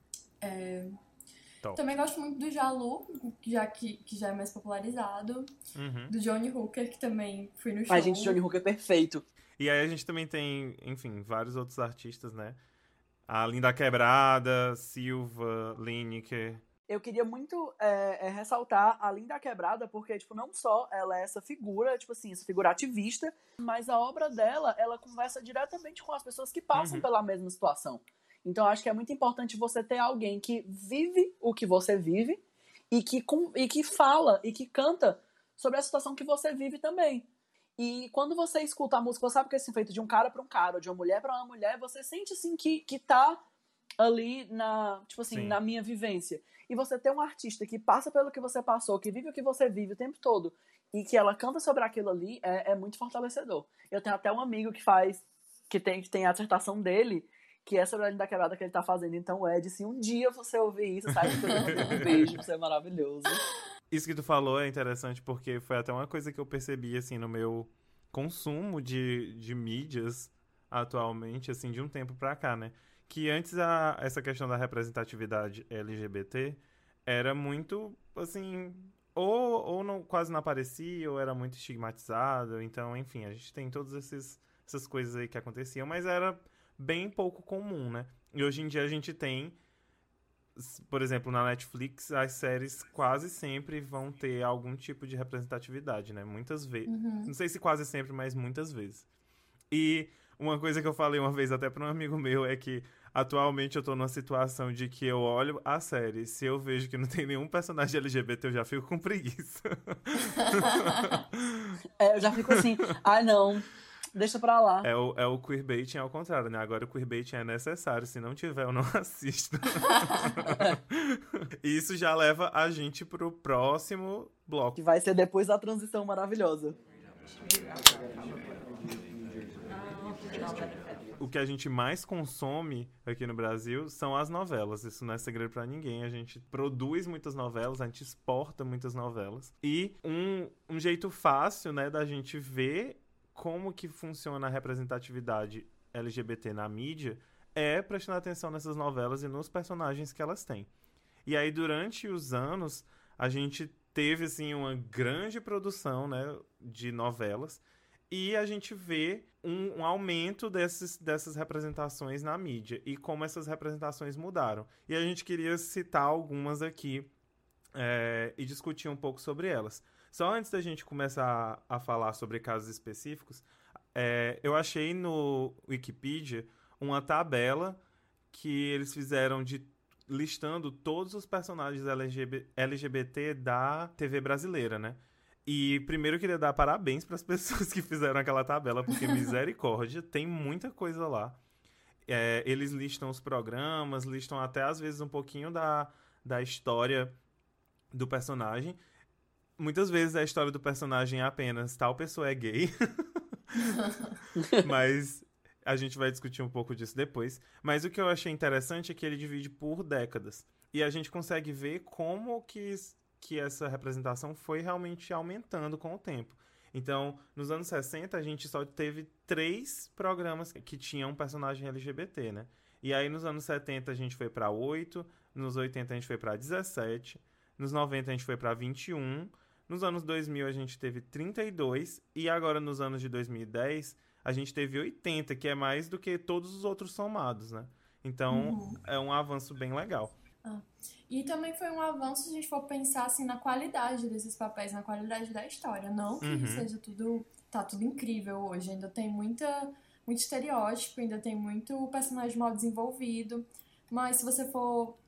Também gosto muito do Jalu, que já é mais popularizado. Do Johnny Hooker, que também fui no show. A gente, Johnny Hooker é perfeito. E aí a gente também tem, enfim, vários outros artistas, né? A Linda Quebrada, Silva, Lineker. Eu queria muito ressaltar a Linda Quebrada, porque, tipo, não só ela é essa figura, tipo assim, essa figura ativista, mas a obra dela, ela conversa diretamente com as pessoas que passam pela mesma situação. Então, acho que é muito importante você ter alguém que vive o que você vive e que fala e que canta sobre a situação que você vive também. E quando você escuta a música, você sabe que é assim, feito de um cara para um cara, ou de uma mulher para uma mulher, você sente assim que tá ali na minha vivência. E você ter um artista que passa pelo que você passou, que vive o que você vive o tempo todo, e que ela canta sobre aquilo ali, é muito fortalecedor. Eu tenho até um amigo que tem a dissertação dele, que é sobre a Linda Quebrada que ele tá fazendo. Então, Ed, se um dia você ouvir isso, sabe? Um beijo, você é maravilhoso. Isso que tu falou é interessante porque foi até uma coisa que eu percebi, assim, no meu consumo de mídias atualmente, assim, de um tempo pra cá, né? Que antes essa questão da representatividade LGBT era muito, assim, ou não, quase não aparecia, ou era muito estigmatizado. Então, enfim, a gente tem todas essas coisas aí que aconteciam, mas era bem pouco comum, né? E hoje em dia a gente tem, por exemplo, na Netflix, as séries quase sempre vão ter algum tipo de representatividade, né? Muitas vezes. Não sei se quase sempre, mas muitas vezes. E uma coisa que eu falei uma vez até para um amigo meu é que atualmente eu tô numa situação de que eu olho a série, se eu vejo que não tem nenhum personagem LGBT, eu já fico com preguiça. Eu já fico assim, não, deixa pra lá. É o queerbaiting ao contrário, né? Agora o queerbaiting é necessário, se não tiver eu não assisto. E isso já leva a gente pro próximo bloco. Que vai ser depois da transição maravilhosa. O que a gente mais consome aqui no Brasil são as novelas. Isso não é segredo pra ninguém. A gente produz muitas novelas, a gente exporta muitas novelas. E um jeito fácil, né, da gente ver como que funciona a representatividade LGBT na mídia é prestando atenção nessas novelas e nos personagens que elas têm. E aí, durante os anos, a gente teve, assim, uma grande produção, né, de novelas, e a gente vê um aumento dessas representações na mídia, e como essas representações mudaram. E a gente queria citar algumas aqui e discutir um pouco sobre elas. Só antes da gente começar a falar sobre casos específicos, eu achei no Wikipedia uma tabela que eles fizeram listando todos os personagens LGBT da TV brasileira, né? E primeiro eu queria dar parabéns para as pessoas que fizeram aquela tabela, porque misericórdia, tem muita coisa lá. Eles listam os programas, listam até às vezes um pouquinho da história do personagem. Muitas vezes a história do personagem é apenas tal pessoa é gay. Mas a gente vai discutir um pouco disso depois. Mas o que eu achei interessante é que ele divide por décadas. E a gente consegue ver como que essa representação foi realmente aumentando com o tempo. Então, nos anos 60, a gente só teve 3 programas que tinham um personagem LGBT, né? E aí, nos anos 70, a gente foi para 8, nos 80, a gente foi para 17, nos 90, a gente foi para 21, nos anos 2000, a gente teve 32, e agora, nos anos de 2010, a gente teve 80, que é mais do que todos os outros somados, né? Então, é um avanço bem legal. E também foi um avanço se a gente for pensar assim, na qualidade desses papéis, na qualidade da história. Não que seja tudo incrível hoje. Ainda tem muito estereótipo, ainda tem muito personagem mal desenvolvido. Mas se você for...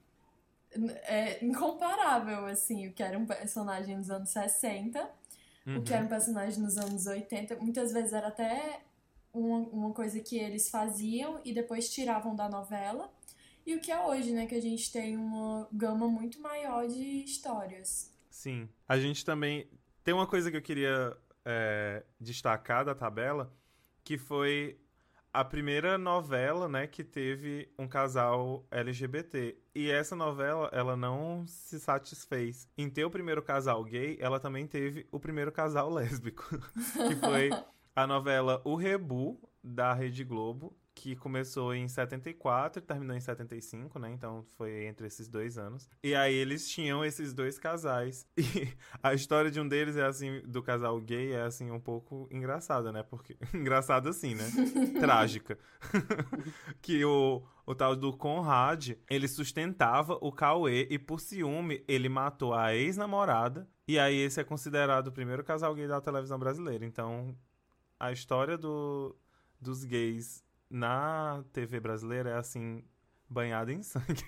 É incomparável, assim, o que era um personagem nos anos 60, o que era um personagem nos anos 80. Muitas vezes era até uma coisa que eles faziam e depois tiravam da novela. E o que é hoje, né? Que a gente tem uma gama muito maior de histórias. Sim. A gente também... Tem uma coisa que eu queria destacar da tabela, que foi a primeira novela, né, que teve um casal LGBT. E essa novela, ela não se satisfez em ter o primeiro casal gay, ela também teve o primeiro casal lésbico. Que foi a novela O Rebu, da Rede Globo, que começou em 74 e terminou em 75, né? Então foi entre esses 2 anos. E aí eles tinham esses 2 casais. E a história de um deles é assim, do casal gay, é assim, um pouco engraçada, né? Porque... engraçada assim, né? Trágica. Que o tal do Conrad, ele sustentava o Cauê e por ciúme ele matou a ex-namorada. E aí esse é considerado o primeiro casal gay da televisão brasileira. Então a história dos gays na TV brasileira é, assim, banhada em sangue.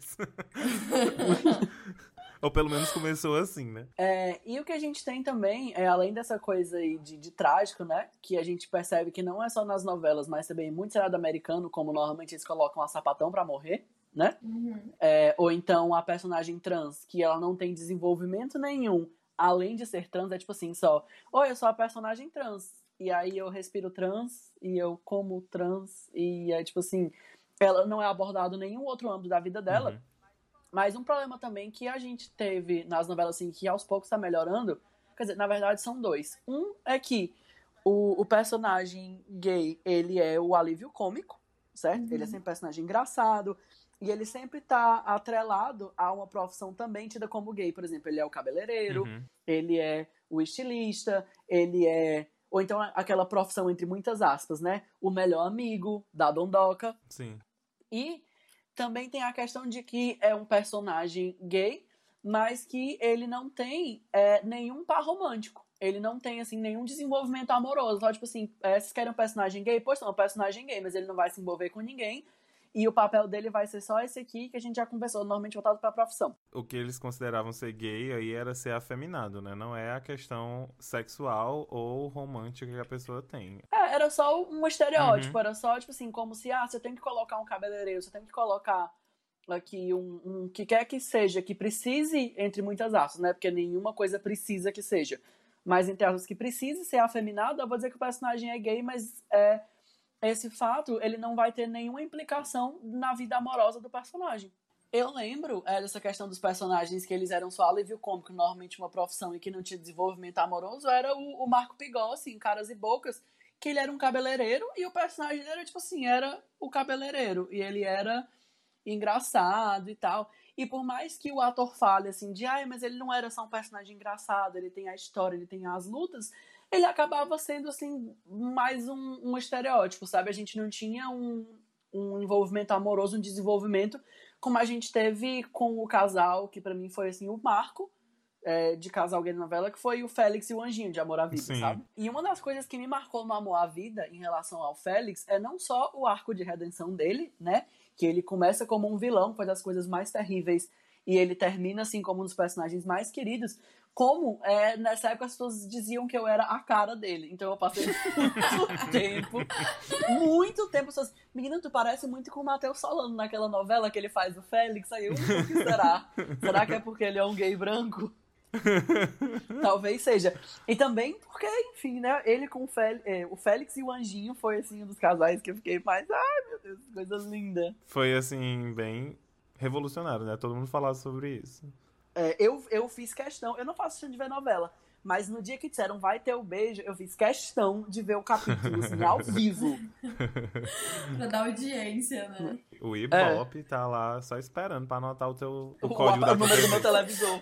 Ou pelo menos começou assim, né? E o que a gente tem também, além dessa coisa aí de trágico, né? Que a gente percebe que não é só nas novelas, mas também muito seriado americano, como normalmente eles colocam a sapatão pra morrer, né? Ou então a personagem trans, que ela não tem desenvolvimento nenhum, além de ser trans, é tipo assim, só... Oi, eu sou a personagem trans. E aí eu respiro trans, e eu como trans, e é tipo assim, ela não é abordado em nenhum outro âmbito da vida dela. Mas um problema também que a gente teve nas novelas, assim, que aos poucos tá melhorando, quer dizer, na verdade são 2. Um é que o personagem gay, ele é o alívio cômico, certo? Ele é sempre um personagem engraçado, e ele sempre tá atrelado a uma profissão também tida como gay. Por exemplo, ele é o cabeleireiro, ele é o estilista, ele é... Ou então aquela profissão entre muitas aspas, né? O melhor amigo da dondoca. Sim. E também tem a questão de que é um personagem gay, mas que ele não tem nenhum par romântico. Ele não tem, assim, nenhum desenvolvimento amoroso. Então, tipo assim, vocês querem um personagem gay? Pois é um personagem gay, mas ele não vai se envolver com ninguém. E o papel dele vai ser só esse aqui, que a gente já conversou, normalmente voltado pra profissão. O que eles consideravam ser gay aí era ser afeminado, né? Não é a questão sexual ou romântica que a pessoa tem. Era só um estereótipo, era só, tipo assim, como se, você tem que colocar um cabeleireiro, você tem que colocar aqui um que quer que seja, que precise, entre muitas aspas, né? Porque nenhuma coisa precisa que seja. Mas entre aspas, que precise ser afeminado, eu vou dizer que o personagem é gay, mas esse fato, ele não vai ter nenhuma implicação na vida amorosa do personagem. Eu lembro dessa questão dos personagens que eles eram só alívio cômico, normalmente uma profissão e que não tinha desenvolvimento amoroso, era o Marco Pigossi, em Caras e Bocas, que ele era um cabeleireiro e o personagem dele era, tipo assim, era o cabeleireiro. E ele era engraçado e tal. E por mais que o ator fale assim, mas ele não era só um personagem engraçado, ele tem a história, ele tem as lutas, ele acabava sendo, assim, mais um estereótipo, sabe? A gente não tinha um envolvimento amoroso, um desenvolvimento, como a gente teve com o casal, que pra mim foi, assim, o marco de casal gay na novela, que foi o Félix e o Anjinho, de Amor à Vida, Sim. sabe? E uma das coisas que me marcou no Amor à Vida, em relação ao Félix, é não só o arco de redenção dele, né? Que ele começa como um vilão, faz as coisas mais terríveis, e ele termina, assim, como um dos personagens mais queridos, como nessa época as pessoas diziam que eu era a cara dele. Então eu passei muito tempo, pessoas, menina, tu parece muito com o Matheus Solano naquela novela que ele faz o Félix. Aí eu, o que será? Será que é porque ele é um gay branco? Talvez seja. E também porque, enfim, né, ele com o Félix e o Anjinho foi, assim, um dos casais que eu fiquei mais, ai meu Deus, coisa linda. Foi, assim, bem revolucionário, né? Todo mundo falava sobre isso. Eu fiz questão, eu não faço questão de ver novela, mas no dia que disseram vai ter o beijo, eu fiz questão de ver o capítulo, assim, ao vivo. Pra dar audiência, né? O Ibope tá lá só esperando pra anotar o código da o número do meu televisor.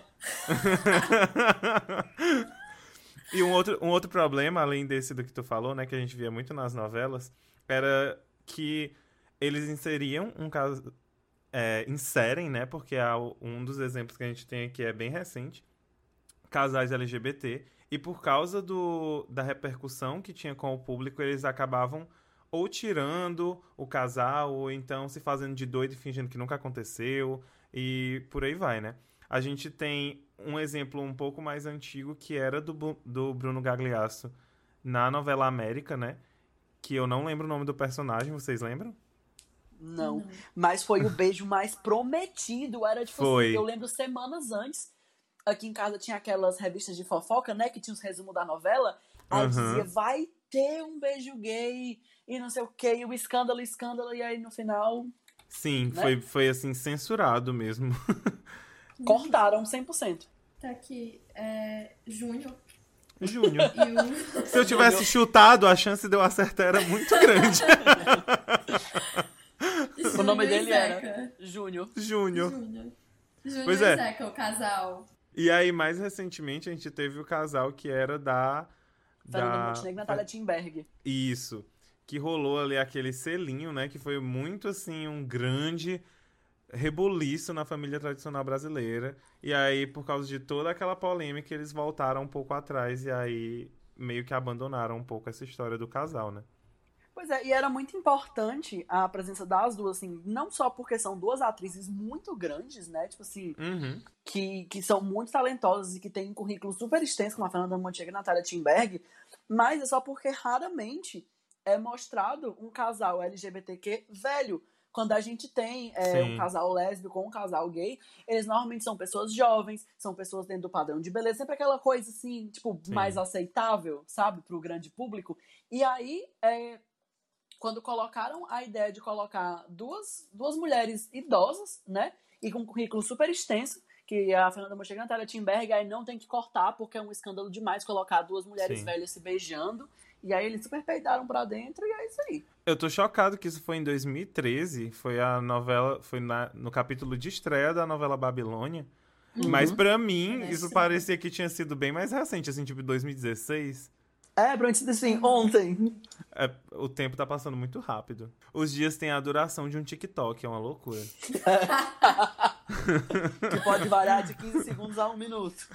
E um outro problema, além desse do que tu falou, né, que a gente via muito nas novelas, era que eles inseriam um caso... inserem, né, porque um dos exemplos que a gente tem aqui é bem recente, casais LGBT, e por causa da repercussão que tinha com o público, eles acabavam ou tirando o casal, ou então se fazendo de doido e fingindo que nunca aconteceu, e por aí vai, né. A gente tem um exemplo um pouco mais antigo, que era do Bruno Gagliasso na novela América, né, que eu não lembro o nome do personagem, vocês lembram? Não, mas foi o beijo mais prometido. Era tipo Foi. assim, eu lembro semanas antes, aqui em casa tinha aquelas revistas de fofoca, né, que tinha os resumos da novela. Aí dizia, vai ter um beijo gay e não sei o que, e o escândalo, e aí no final... Sim, né? foi assim, censurado mesmo. Cortaram 100%. Tá aqui, Júnior. Júnior. E o... Se eu tivesse chutado, a chance de eu acertar era muito grande. O nome dele Zeca. era Júnior. Júnior. Júnior Pois e é. Zeca, o casal. E aí, mais recentemente, a gente teve o casal que era Fernanda Montenegro e Natália Timberg. Isso. Que rolou ali aquele selinho, né? Que foi muito, assim, um grande rebuliço na família tradicional brasileira. E aí, por causa de toda aquela polêmica, eles voltaram um pouco atrás e aí meio que abandonaram um pouco essa história do casal, né? Pois é, e era muito importante a presença das duas, assim, não só porque são duas atrizes muito grandes, né, tipo assim, que são muito talentosas e que têm um currículo super extenso, como a Fernanda Montenegro e a Natália Timberg, mas é só porque raramente é mostrado um casal LGBTQ velho. Quando a gente tem um casal lésbico ou um casal gay, eles normalmente são pessoas jovens, são pessoas dentro do padrão de beleza, sempre aquela coisa assim, tipo, mais aceitável, sabe, pro grande público. E aí, quando colocaram a ideia de colocar duas mulheres idosas, né, e com um currículo super extenso, que a Fernanda Montenegro e a Natália Timberg, aí não tem que cortar, porque é um escândalo demais colocar duas mulheres velhas se beijando. E aí eles super peidaram pra dentro e é isso aí. Eu tô chocado que isso foi em 2013, foi a novela, foi no capítulo de estreia da novela Babilônia. Mas pra mim, isso parecia que tinha sido bem mais recente, assim, tipo 2016. Bruno, assim, ontem. O tempo tá passando muito rápido. Os dias têm a duração de um TikTok, é uma loucura. Que pode variar de 15 segundos a 1 minuto.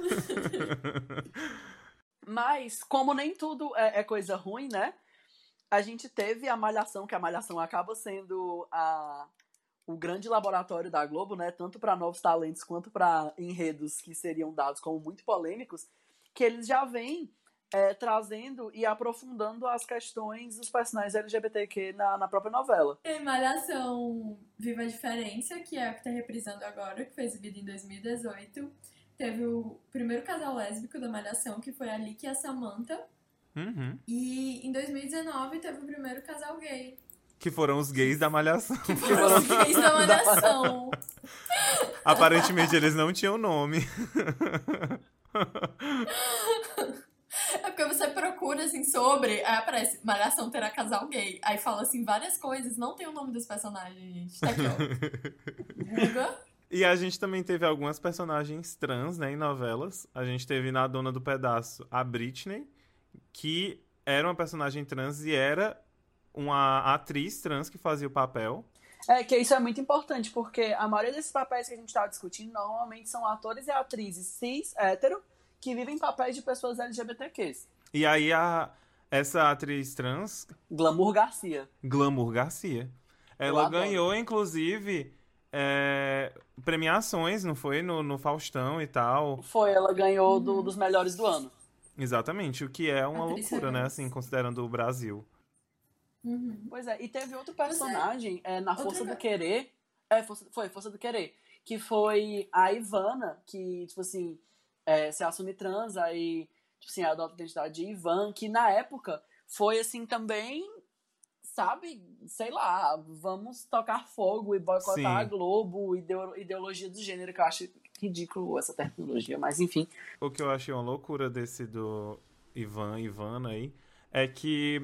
Mas, como nem tudo é coisa ruim, né? A gente teve a Malhação, que a Malhação acaba sendo o grande laboratório da Globo, né? Tanto para novos talentos quanto para enredos que seriam dados como muito polêmicos, que eles já vêm trazendo e aprofundando as questões dos personagens LGBTQ na própria novela. Tem Malhação Viva a Diferença, que é a que tá reprisando agora, que foi exibida em 2018. Teve o primeiro casal lésbico da Malhação, que foi a Lick e a Samantha. E em 2019 teve o primeiro casal gay. Que foram os gays da Malhação. Que foram os gays da Malhação. Aparentemente eles não tinham nome. É porque você procura, assim, sobre... Aí aparece, Malhação terá casal gay. Aí fala, assim, várias coisas. Não tem o nome dos personagens, gente. Tá aqui, ó. Guga. E a gente também teve algumas personagens trans, né, em novelas. A gente teve na Dona do Pedaço a Britney, que era uma personagem trans e era uma atriz trans que fazia o papel. Que isso é muito importante, porque a maioria desses papéis que a gente está discutindo normalmente são atores e atrizes cis, hétero, que vivem papéis de pessoas LGBTQs. E aí essa atriz trans... Glamour Garcia. Ela ganhou, inclusive, premiações, não foi? No Faustão e tal. Foi, ela ganhou dos melhores do ano. Exatamente, o que é uma loucura, né? Assim, considerando o Brasil. Pois é, e teve outro personagem na Força do Querer. Força do Querer. Que foi a Ivana, que, tipo assim, se assume trans, aí, tipo assim, adota a identidade de Ivan, que na época foi, assim, também, sabe, sei lá, vamos tocar fogo e boicotar a Globo, ideologia do gênero, que eu acho ridículo essa terminologia, mas enfim. O que eu achei uma loucura desse do Ivana aí, é que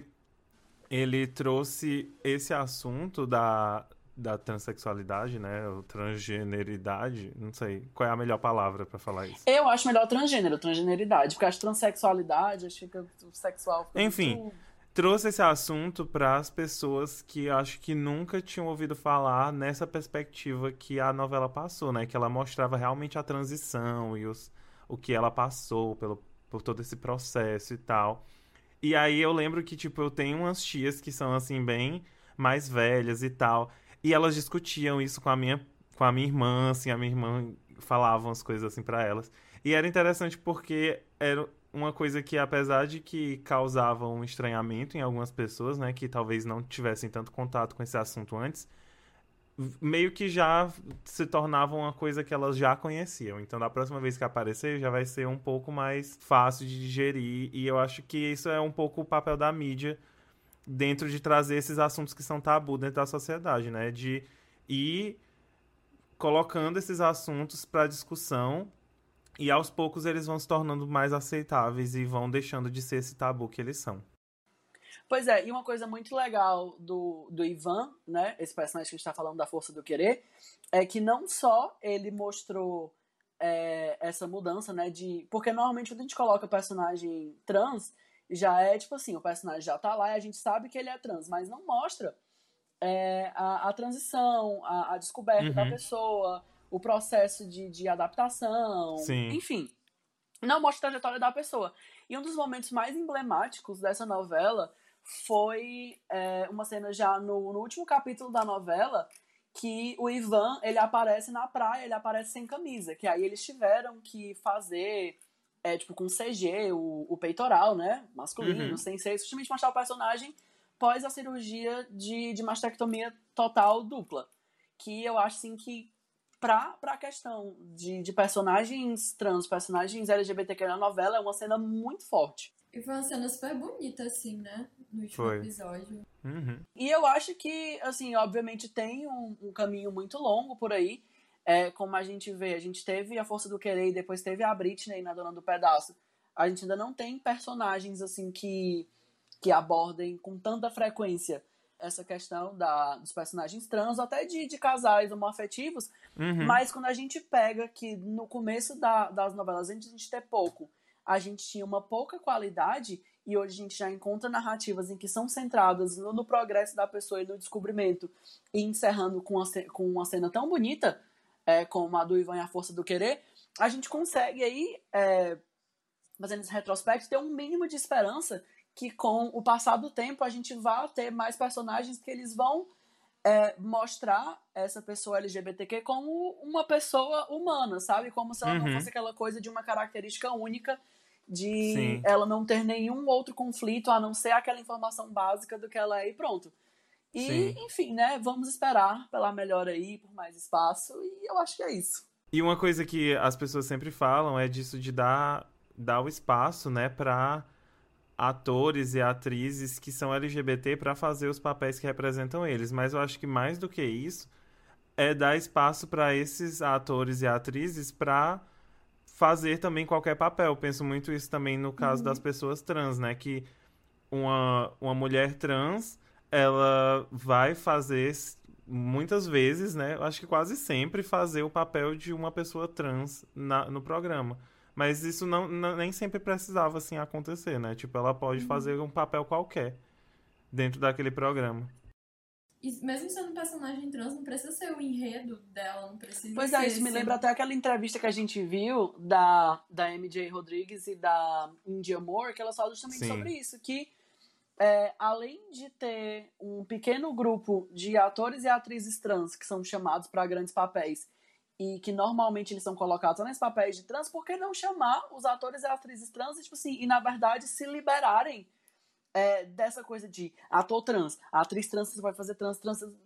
ele trouxe esse assunto da transexualidade, né, ou transgeneridade, não sei, qual é a melhor palavra pra falar isso? Eu acho melhor transgeneridade, porque acho transexualidade, acho que o sexual... Enfim, muito... trouxe esse assunto para as pessoas que acho que nunca tinham ouvido falar nessa perspectiva que a novela passou, né, que ela mostrava realmente a transição e o que ela passou por todo esse processo e tal. E aí eu lembro que, tipo, eu tenho umas tias que são, assim, bem mais velhas e tal. E elas discutiam isso com a minha irmã, assim, a minha irmã falava umas coisas, assim, pra elas. E era interessante porque era uma coisa que, apesar de que causava um estranhamento em algumas pessoas, né, que talvez não tivessem tanto contato com esse assunto antes, meio que já se tornava uma coisa que elas já conheciam. Então, da próxima vez que aparecer, já vai ser um pouco mais fácil de digerir. E eu acho que isso é um pouco o papel da mídia dentro de trazer esses assuntos que são tabu dentro da sociedade, né? De ir colocando esses assuntos para discussão e, aos poucos, eles vão se tornando mais aceitáveis e vão deixando de ser esse tabu que eles são. Pois é, e uma coisa muito legal do Ivan, né, esse personagem que a gente tá falando da Força do Querer, é que não só ele mostrou essa mudança, né, porque normalmente quando a gente coloca personagem trans, já é tipo assim, o personagem já tá lá e a gente sabe que ele é trans, mas não mostra a transição, a descoberta da pessoa, o processo de adaptação, enfim, não mostra a trajetória da pessoa. E um dos momentos mais emblemáticos dessa novela foi uma cena já no último capítulo da novela, que o Ivan, ele aparece na praia, ele aparece sem camisa, que aí eles tiveram que fazer, tipo, com CG, o peitoral, né, masculino, sem ser, justamente mostrar o personagem pós a cirurgia de mastectomia total dupla, que eu acho, assim, que pra questão de personagens trans, personagens LGBTQ na novela, é uma cena muito forte. E foi uma cena super bonita, assim, né? No último episódio. E eu acho que, assim, obviamente tem um caminho muito longo por aí. Como a gente vê, a gente teve a Força do Querer e depois teve a Britney na Dona do Pedaço. A gente ainda não tem personagens, assim, que abordem com tanta frequência essa questão dos personagens trans, até de casais homoafetivos. Mas quando a gente pega que no começo das novelas, antes de a gente ter pouco, a gente tinha uma pouca qualidade, e hoje a gente já encontra narrativas em que são centradas no progresso da pessoa e no descobrimento, e encerrando com uma cena tão bonita como a do Ivan e a Força do Querer, a gente consegue aí, fazendo esse retrospecto, ter um mínimo de esperança que com o passar do tempo a gente vai ter mais personagens que eles vão mostrar essa pessoa LGBTQ como uma pessoa humana, sabe? Como se ela não fosse aquela coisa de uma característica única, de ela não ter nenhum outro conflito, a não ser aquela informação básica do que ela é e pronto. E, enfim, né? Vamos esperar pela melhora aí, por mais espaço, e eu acho que é isso. E uma coisa que as pessoas sempre falam é disso de dar o espaço, né, pra atores e atrizes que são LGBT para fazer os papéis que representam eles. Mas eu acho que mais do que isso é dar espaço para esses atores e atrizes para fazer também qualquer papel. Eu penso muito isso também no caso das pessoas trans, né? Que uma mulher trans, ela vai fazer muitas vezes, né? Eu acho que quase sempre fazer o papel de uma pessoa trans no programa. Mas isso nem sempre precisava, assim, acontecer, né? Tipo, ela pode fazer um papel qualquer dentro daquele programa. E mesmo sendo um personagem trans, não precisa ser o enredo dela, não precisa Pois ser... é, isso me lembra até aquela entrevista que a gente viu da MJ Rodrigues e da Indya Moore, que elas falam justamente Sim. sobre isso, que além de ter um pequeno grupo de atores e atrizes trans que são chamados para grandes papéis e que normalmente eles são colocados nesses papéis de trans, por que não chamar os atores e atrizes trans e na verdade, se liberarem dessa coisa de ator trans, a atriz trans vai fazer trans.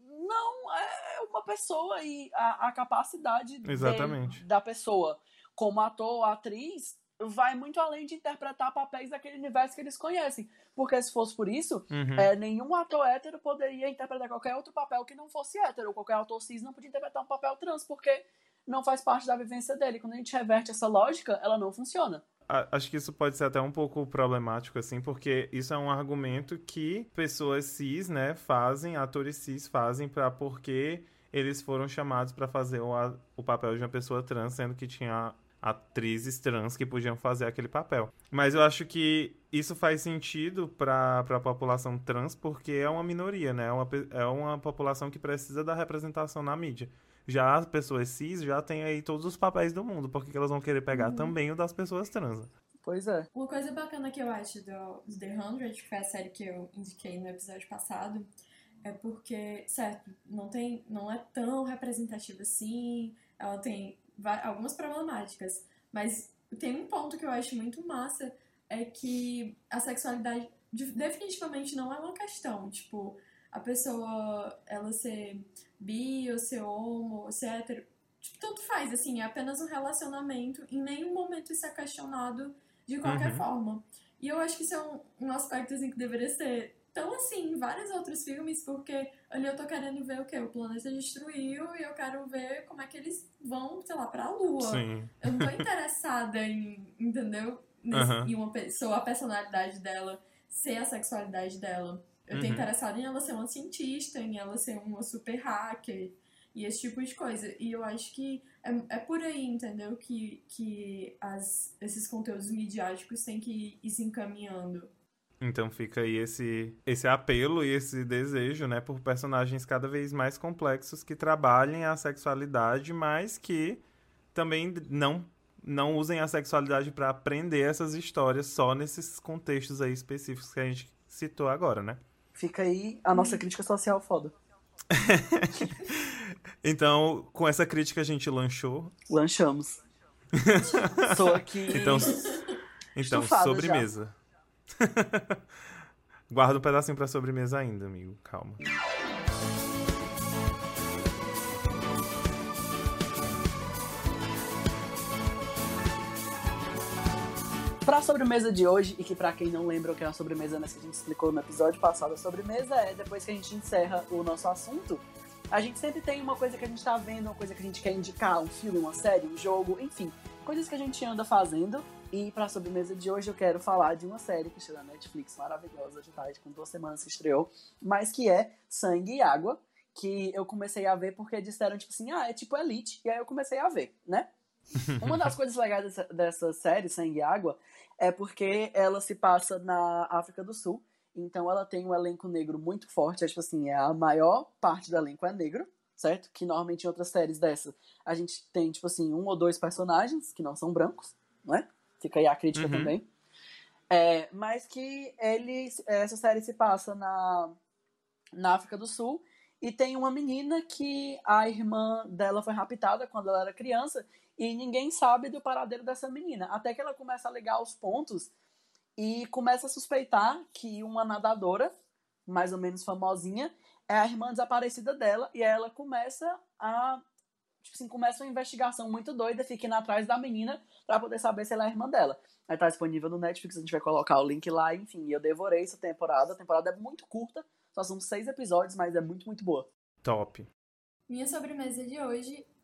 Não, é uma pessoa e a capacidade Exatamente. da pessoa como ator ou atriz vai muito além de interpretar papéis daquele universo que eles conhecem. Porque se fosse por isso, nenhum ator hétero poderia interpretar qualquer outro papel que não fosse hétero. Qualquer ator cis não podia interpretar um papel trans, porque não faz parte da vivência dele. Quando a gente reverte essa lógica, ela não funciona. Acho que isso pode ser até um pouco problemático, assim, porque isso é um argumento que pessoas cis, né, fazem, atores cis fazem porque eles foram chamados para fazer o papel de uma pessoa trans, sendo que tinha atrizes trans que podiam fazer aquele papel. Mas eu acho que isso faz sentido para a população trans porque é uma minoria, né? É uma população que precisa da representação na mídia. Já as pessoas cis já têm aí todos os papéis do mundo, porque elas vão querer pegar também o das pessoas trans. Pois é. Uma coisa bacana que eu acho do The 100, que foi a série que eu indiquei no episódio passado, é porque, certo, não é tão representativa assim, ela tem algumas problemáticas, mas tem um ponto que eu acho muito massa, é que a sexualidade definitivamente não é uma questão, tipo, a pessoa, ela ser bi, ou ser homo, ou ser hétero, tipo, tanto faz, assim, é apenas um relacionamento, em nenhum momento isso é questionado de qualquer forma. E eu acho que isso é um aspecto, assim, que deveria ser tão assim em vários outros filmes, porque ali eu tô querendo ver o quê? O planeta destruiu e eu quero ver como é que eles vão, sei lá, pra Lua. Sim. Eu não tô interessada em, entendeu? Em uma pessoa, a personalidade dela ser a sexualidade dela. Eu tô interessada em ela ser uma cientista, em ela ser uma super hacker e esse tipo de coisa. E eu acho que é por aí, entendeu? Que esses conteúdos midiáticos têm que ir se encaminhando. Então fica aí esse apelo e esse desejo, né, por personagens cada vez mais complexos que trabalhem a sexualidade, mas que também não usem a sexualidade para aprender essas histórias só nesses contextos aí específicos que a gente citou agora, né? Fica aí a nossa crítica social foda. Então, com essa crítica a gente lanchou. Lanchamos. Tô aqui. Então sobremesa. Guarda um pedacinho pra sobremesa ainda, amigo. Calma. Pra sobremesa de hoje, e que pra quem não lembra o que é a sobremesa, mas que a gente explicou no episódio passado, a sobremesa é depois que a gente encerra o nosso assunto, a gente sempre tem uma coisa que a gente tá vendo, uma coisa que a gente quer indicar, um filme, uma série, um jogo, enfim, coisas que a gente anda fazendo. E pra sobremesa de hoje eu quero falar de uma série que está na Netflix, maravilhosa, de tarde, com 2 semanas que estreou, mas que é Sangue e Água, que eu comecei a ver porque disseram, tipo assim, é tipo Elite, e aí eu comecei a ver, né? Uma das coisas legais dessa série, Sangue e Água, é porque ela se passa na África do Sul, então ela tem um elenco negro muito forte, tipo assim, a maior parte do elenco é negro, certo? Que normalmente em outras séries dessa, a gente tem, tipo assim, 1 ou 2 personagens que não são brancos, não é? Fica aí a crítica também. Mas que essa série se passa na África do Sul e tem uma menina que a irmã dela foi raptada quando ela era criança e ninguém sabe do paradeiro dessa menina. Até que ela começa a ligar os pontos e começa a suspeitar que uma nadadora, mais ou menos famosinha, é a irmã desaparecida dela e ela começa uma investigação muito doida, fica indo atrás da menina pra poder saber se ela é a irmã dela. Aí tá disponível no Netflix, a gente vai colocar o link lá, enfim, eu devorei essa temporada. A temporada é muito curta, só são 6 episódios, mas é muito, muito boa. Top. Minha sobremesa de hoje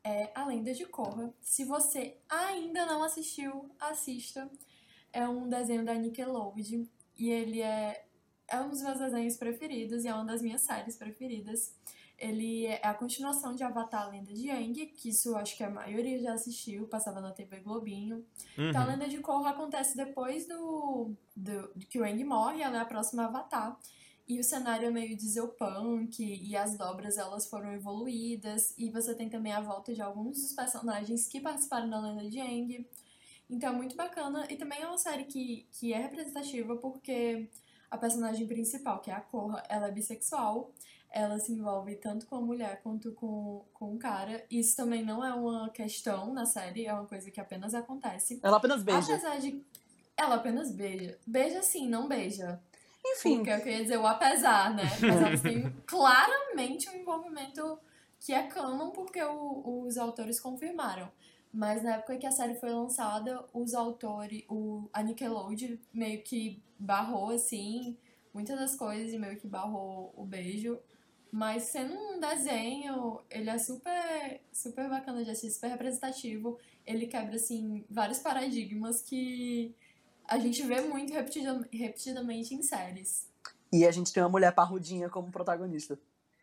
é A Lenda de Korra. Se você ainda não assistiu, assista. É um desenho da Nickelodeon e ele é um dos meus desenhos preferidos e é uma das minhas séries preferidas. Ele é a continuação de Avatar, a Lenda de Aang, que isso eu acho que a maioria já assistiu, passava na TV Globinho. Então, a Lenda de Korra acontece depois do que o Aang morre, ela é a próxima Avatar. E o cenário é meio dieselpunk, e as dobras elas foram evoluídas, e você tem também a volta de alguns dos personagens que participaram da Lenda de Aang. Então é muito bacana, e também é uma série que é representativa porque a personagem principal, que é a Korra, ela é bissexual, ela se envolve tanto com a mulher quanto com um cara. Isso também não é uma questão na série, é uma coisa que apenas acontece. Ela apenas beija. Apesar de... Ela apenas beija. Beija sim, não beija. Enfim. Porque eu queria dizer o apesar, né? Mas elas têm claramente um envolvimento que é canon porque os autores confirmaram. Mas na época que a série foi lançada, os autores, a Nickelodeon meio que barrou, assim, muitas das coisas e meio que barrou o beijo. Mas sendo um desenho, ele é super, super bacana de assistir, super representativo. Ele quebra, assim, vários paradigmas que a gente vê muito repetidamente em séries. E a gente tem uma mulher parrudinha como protagonista.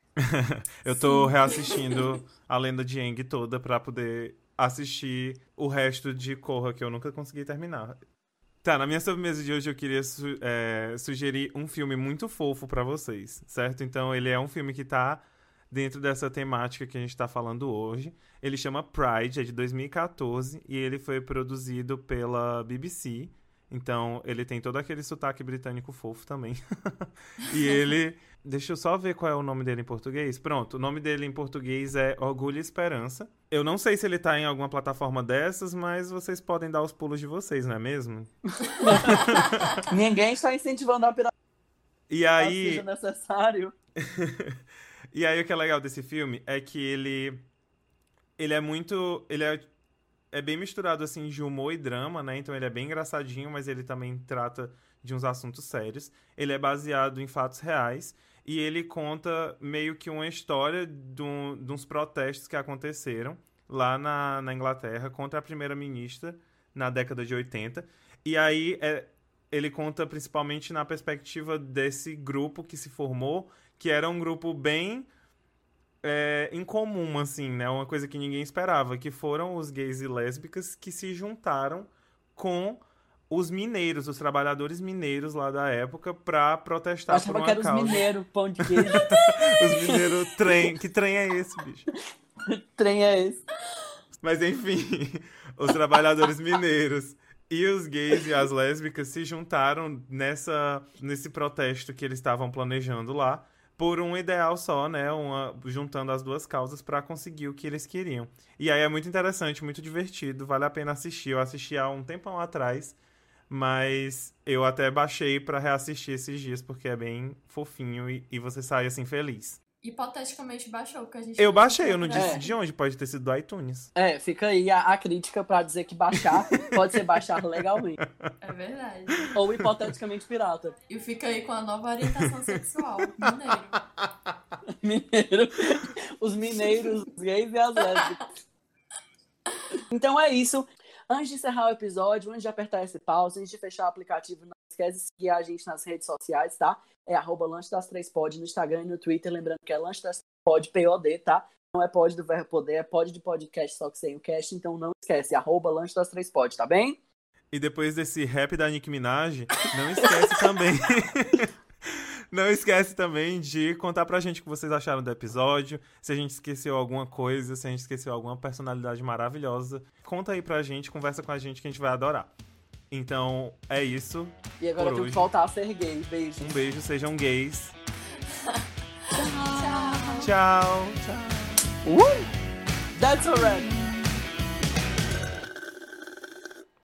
Eu tô reassistindo a Lenda de Aang toda pra poder assistir o resto de Korra, que eu nunca consegui terminar. Tá, na minha sobremesa de hoje eu queria sugerir um filme muito fofo pra vocês, certo? Então ele é um filme que tá dentro dessa temática que a gente tá falando hoje. Ele chama Pride, é de 2014 e ele foi produzido pela BBC. Então ele tem todo aquele sotaque britânico fofo também. E ele... Deixa eu só ver qual é o nome dele em português. Pronto, o nome dele em português é Orgulho e Esperança. Eu não sei se ele tá em alguma plataforma dessas, mas vocês podem dar os pulos de vocês, não é mesmo? Ninguém está incentivando a pirataria. E aí... seja necessário. E aí o que é legal desse filme é que ele é muito... Ele é bem misturado, assim, de humor e drama, né? Então ele é bem engraçadinho, mas ele também trata de uns assuntos sérios. Ele é baseado em fatos reais e ele conta meio que uma história de uns protestos que aconteceram lá na Inglaterra contra a primeira-ministra na década de 80. E aí ele conta principalmente na perspectiva desse grupo que se formou, que era um grupo bem... incomum, assim, né? Uma coisa que ninguém esperava, que foram os gays e lésbicas que se juntaram com os mineiros, os trabalhadores mineiros lá da época, pra protestar por uma causa. Eu achava que eram os mineiros, pão de queijo. Os mineiros, trem. Que trem é esse, bicho? Trem é esse? Mas, enfim, os trabalhadores mineiros e os gays e as lésbicas se juntaram nesse protesto que eles estavam planejando lá, por um ideal só, né? Juntando as duas causas pra conseguir o que eles queriam. E aí é muito interessante, muito divertido, vale a pena assistir. Eu assisti há um tempão atrás, mas eu até baixei pra reassistir esses dias, porque é bem fofinho e você sai assim feliz. Hipoteticamente baixou, porque a gente... Eu baixei, eu não disse de onde, pode ter sido do iTunes. Fica aí a crítica pra dizer que baixar pode ser baixar legalmente. É verdade. Ou hipoteticamente pirata. E fica aí com a nova orientação sexual, mineiro. Mineiro. Os mineiros, os gays e as lésbicas. Então é isso. Antes de encerrar o episódio, antes de apertar esse pause, antes de fechar o aplicativo, não esquece de seguir a gente nas redes sociais, tá? É @lanchedas3pod no Instagram e no Twitter. Lembrando que é Lanche das 3 Pod, POD, tá? Não é pod do verbo poder, é pod de podcast, só que sem o cast. Então não esquece, Lanche das 3 Pod, tá bem? E depois desse rap da Nicki Minaj, não esquece também... Não esquece também de contar pra gente o que vocês acharam do episódio, se a gente esqueceu alguma coisa, se a gente esqueceu alguma personalidade maravilhosa. Conta aí pra gente, conversa com a gente que a gente vai adorar. Então, é isso. E agora eu tenho que voltar a ser gay. Beijo. Um beijo, sejam gays. Tchau. Tchau. That's alright.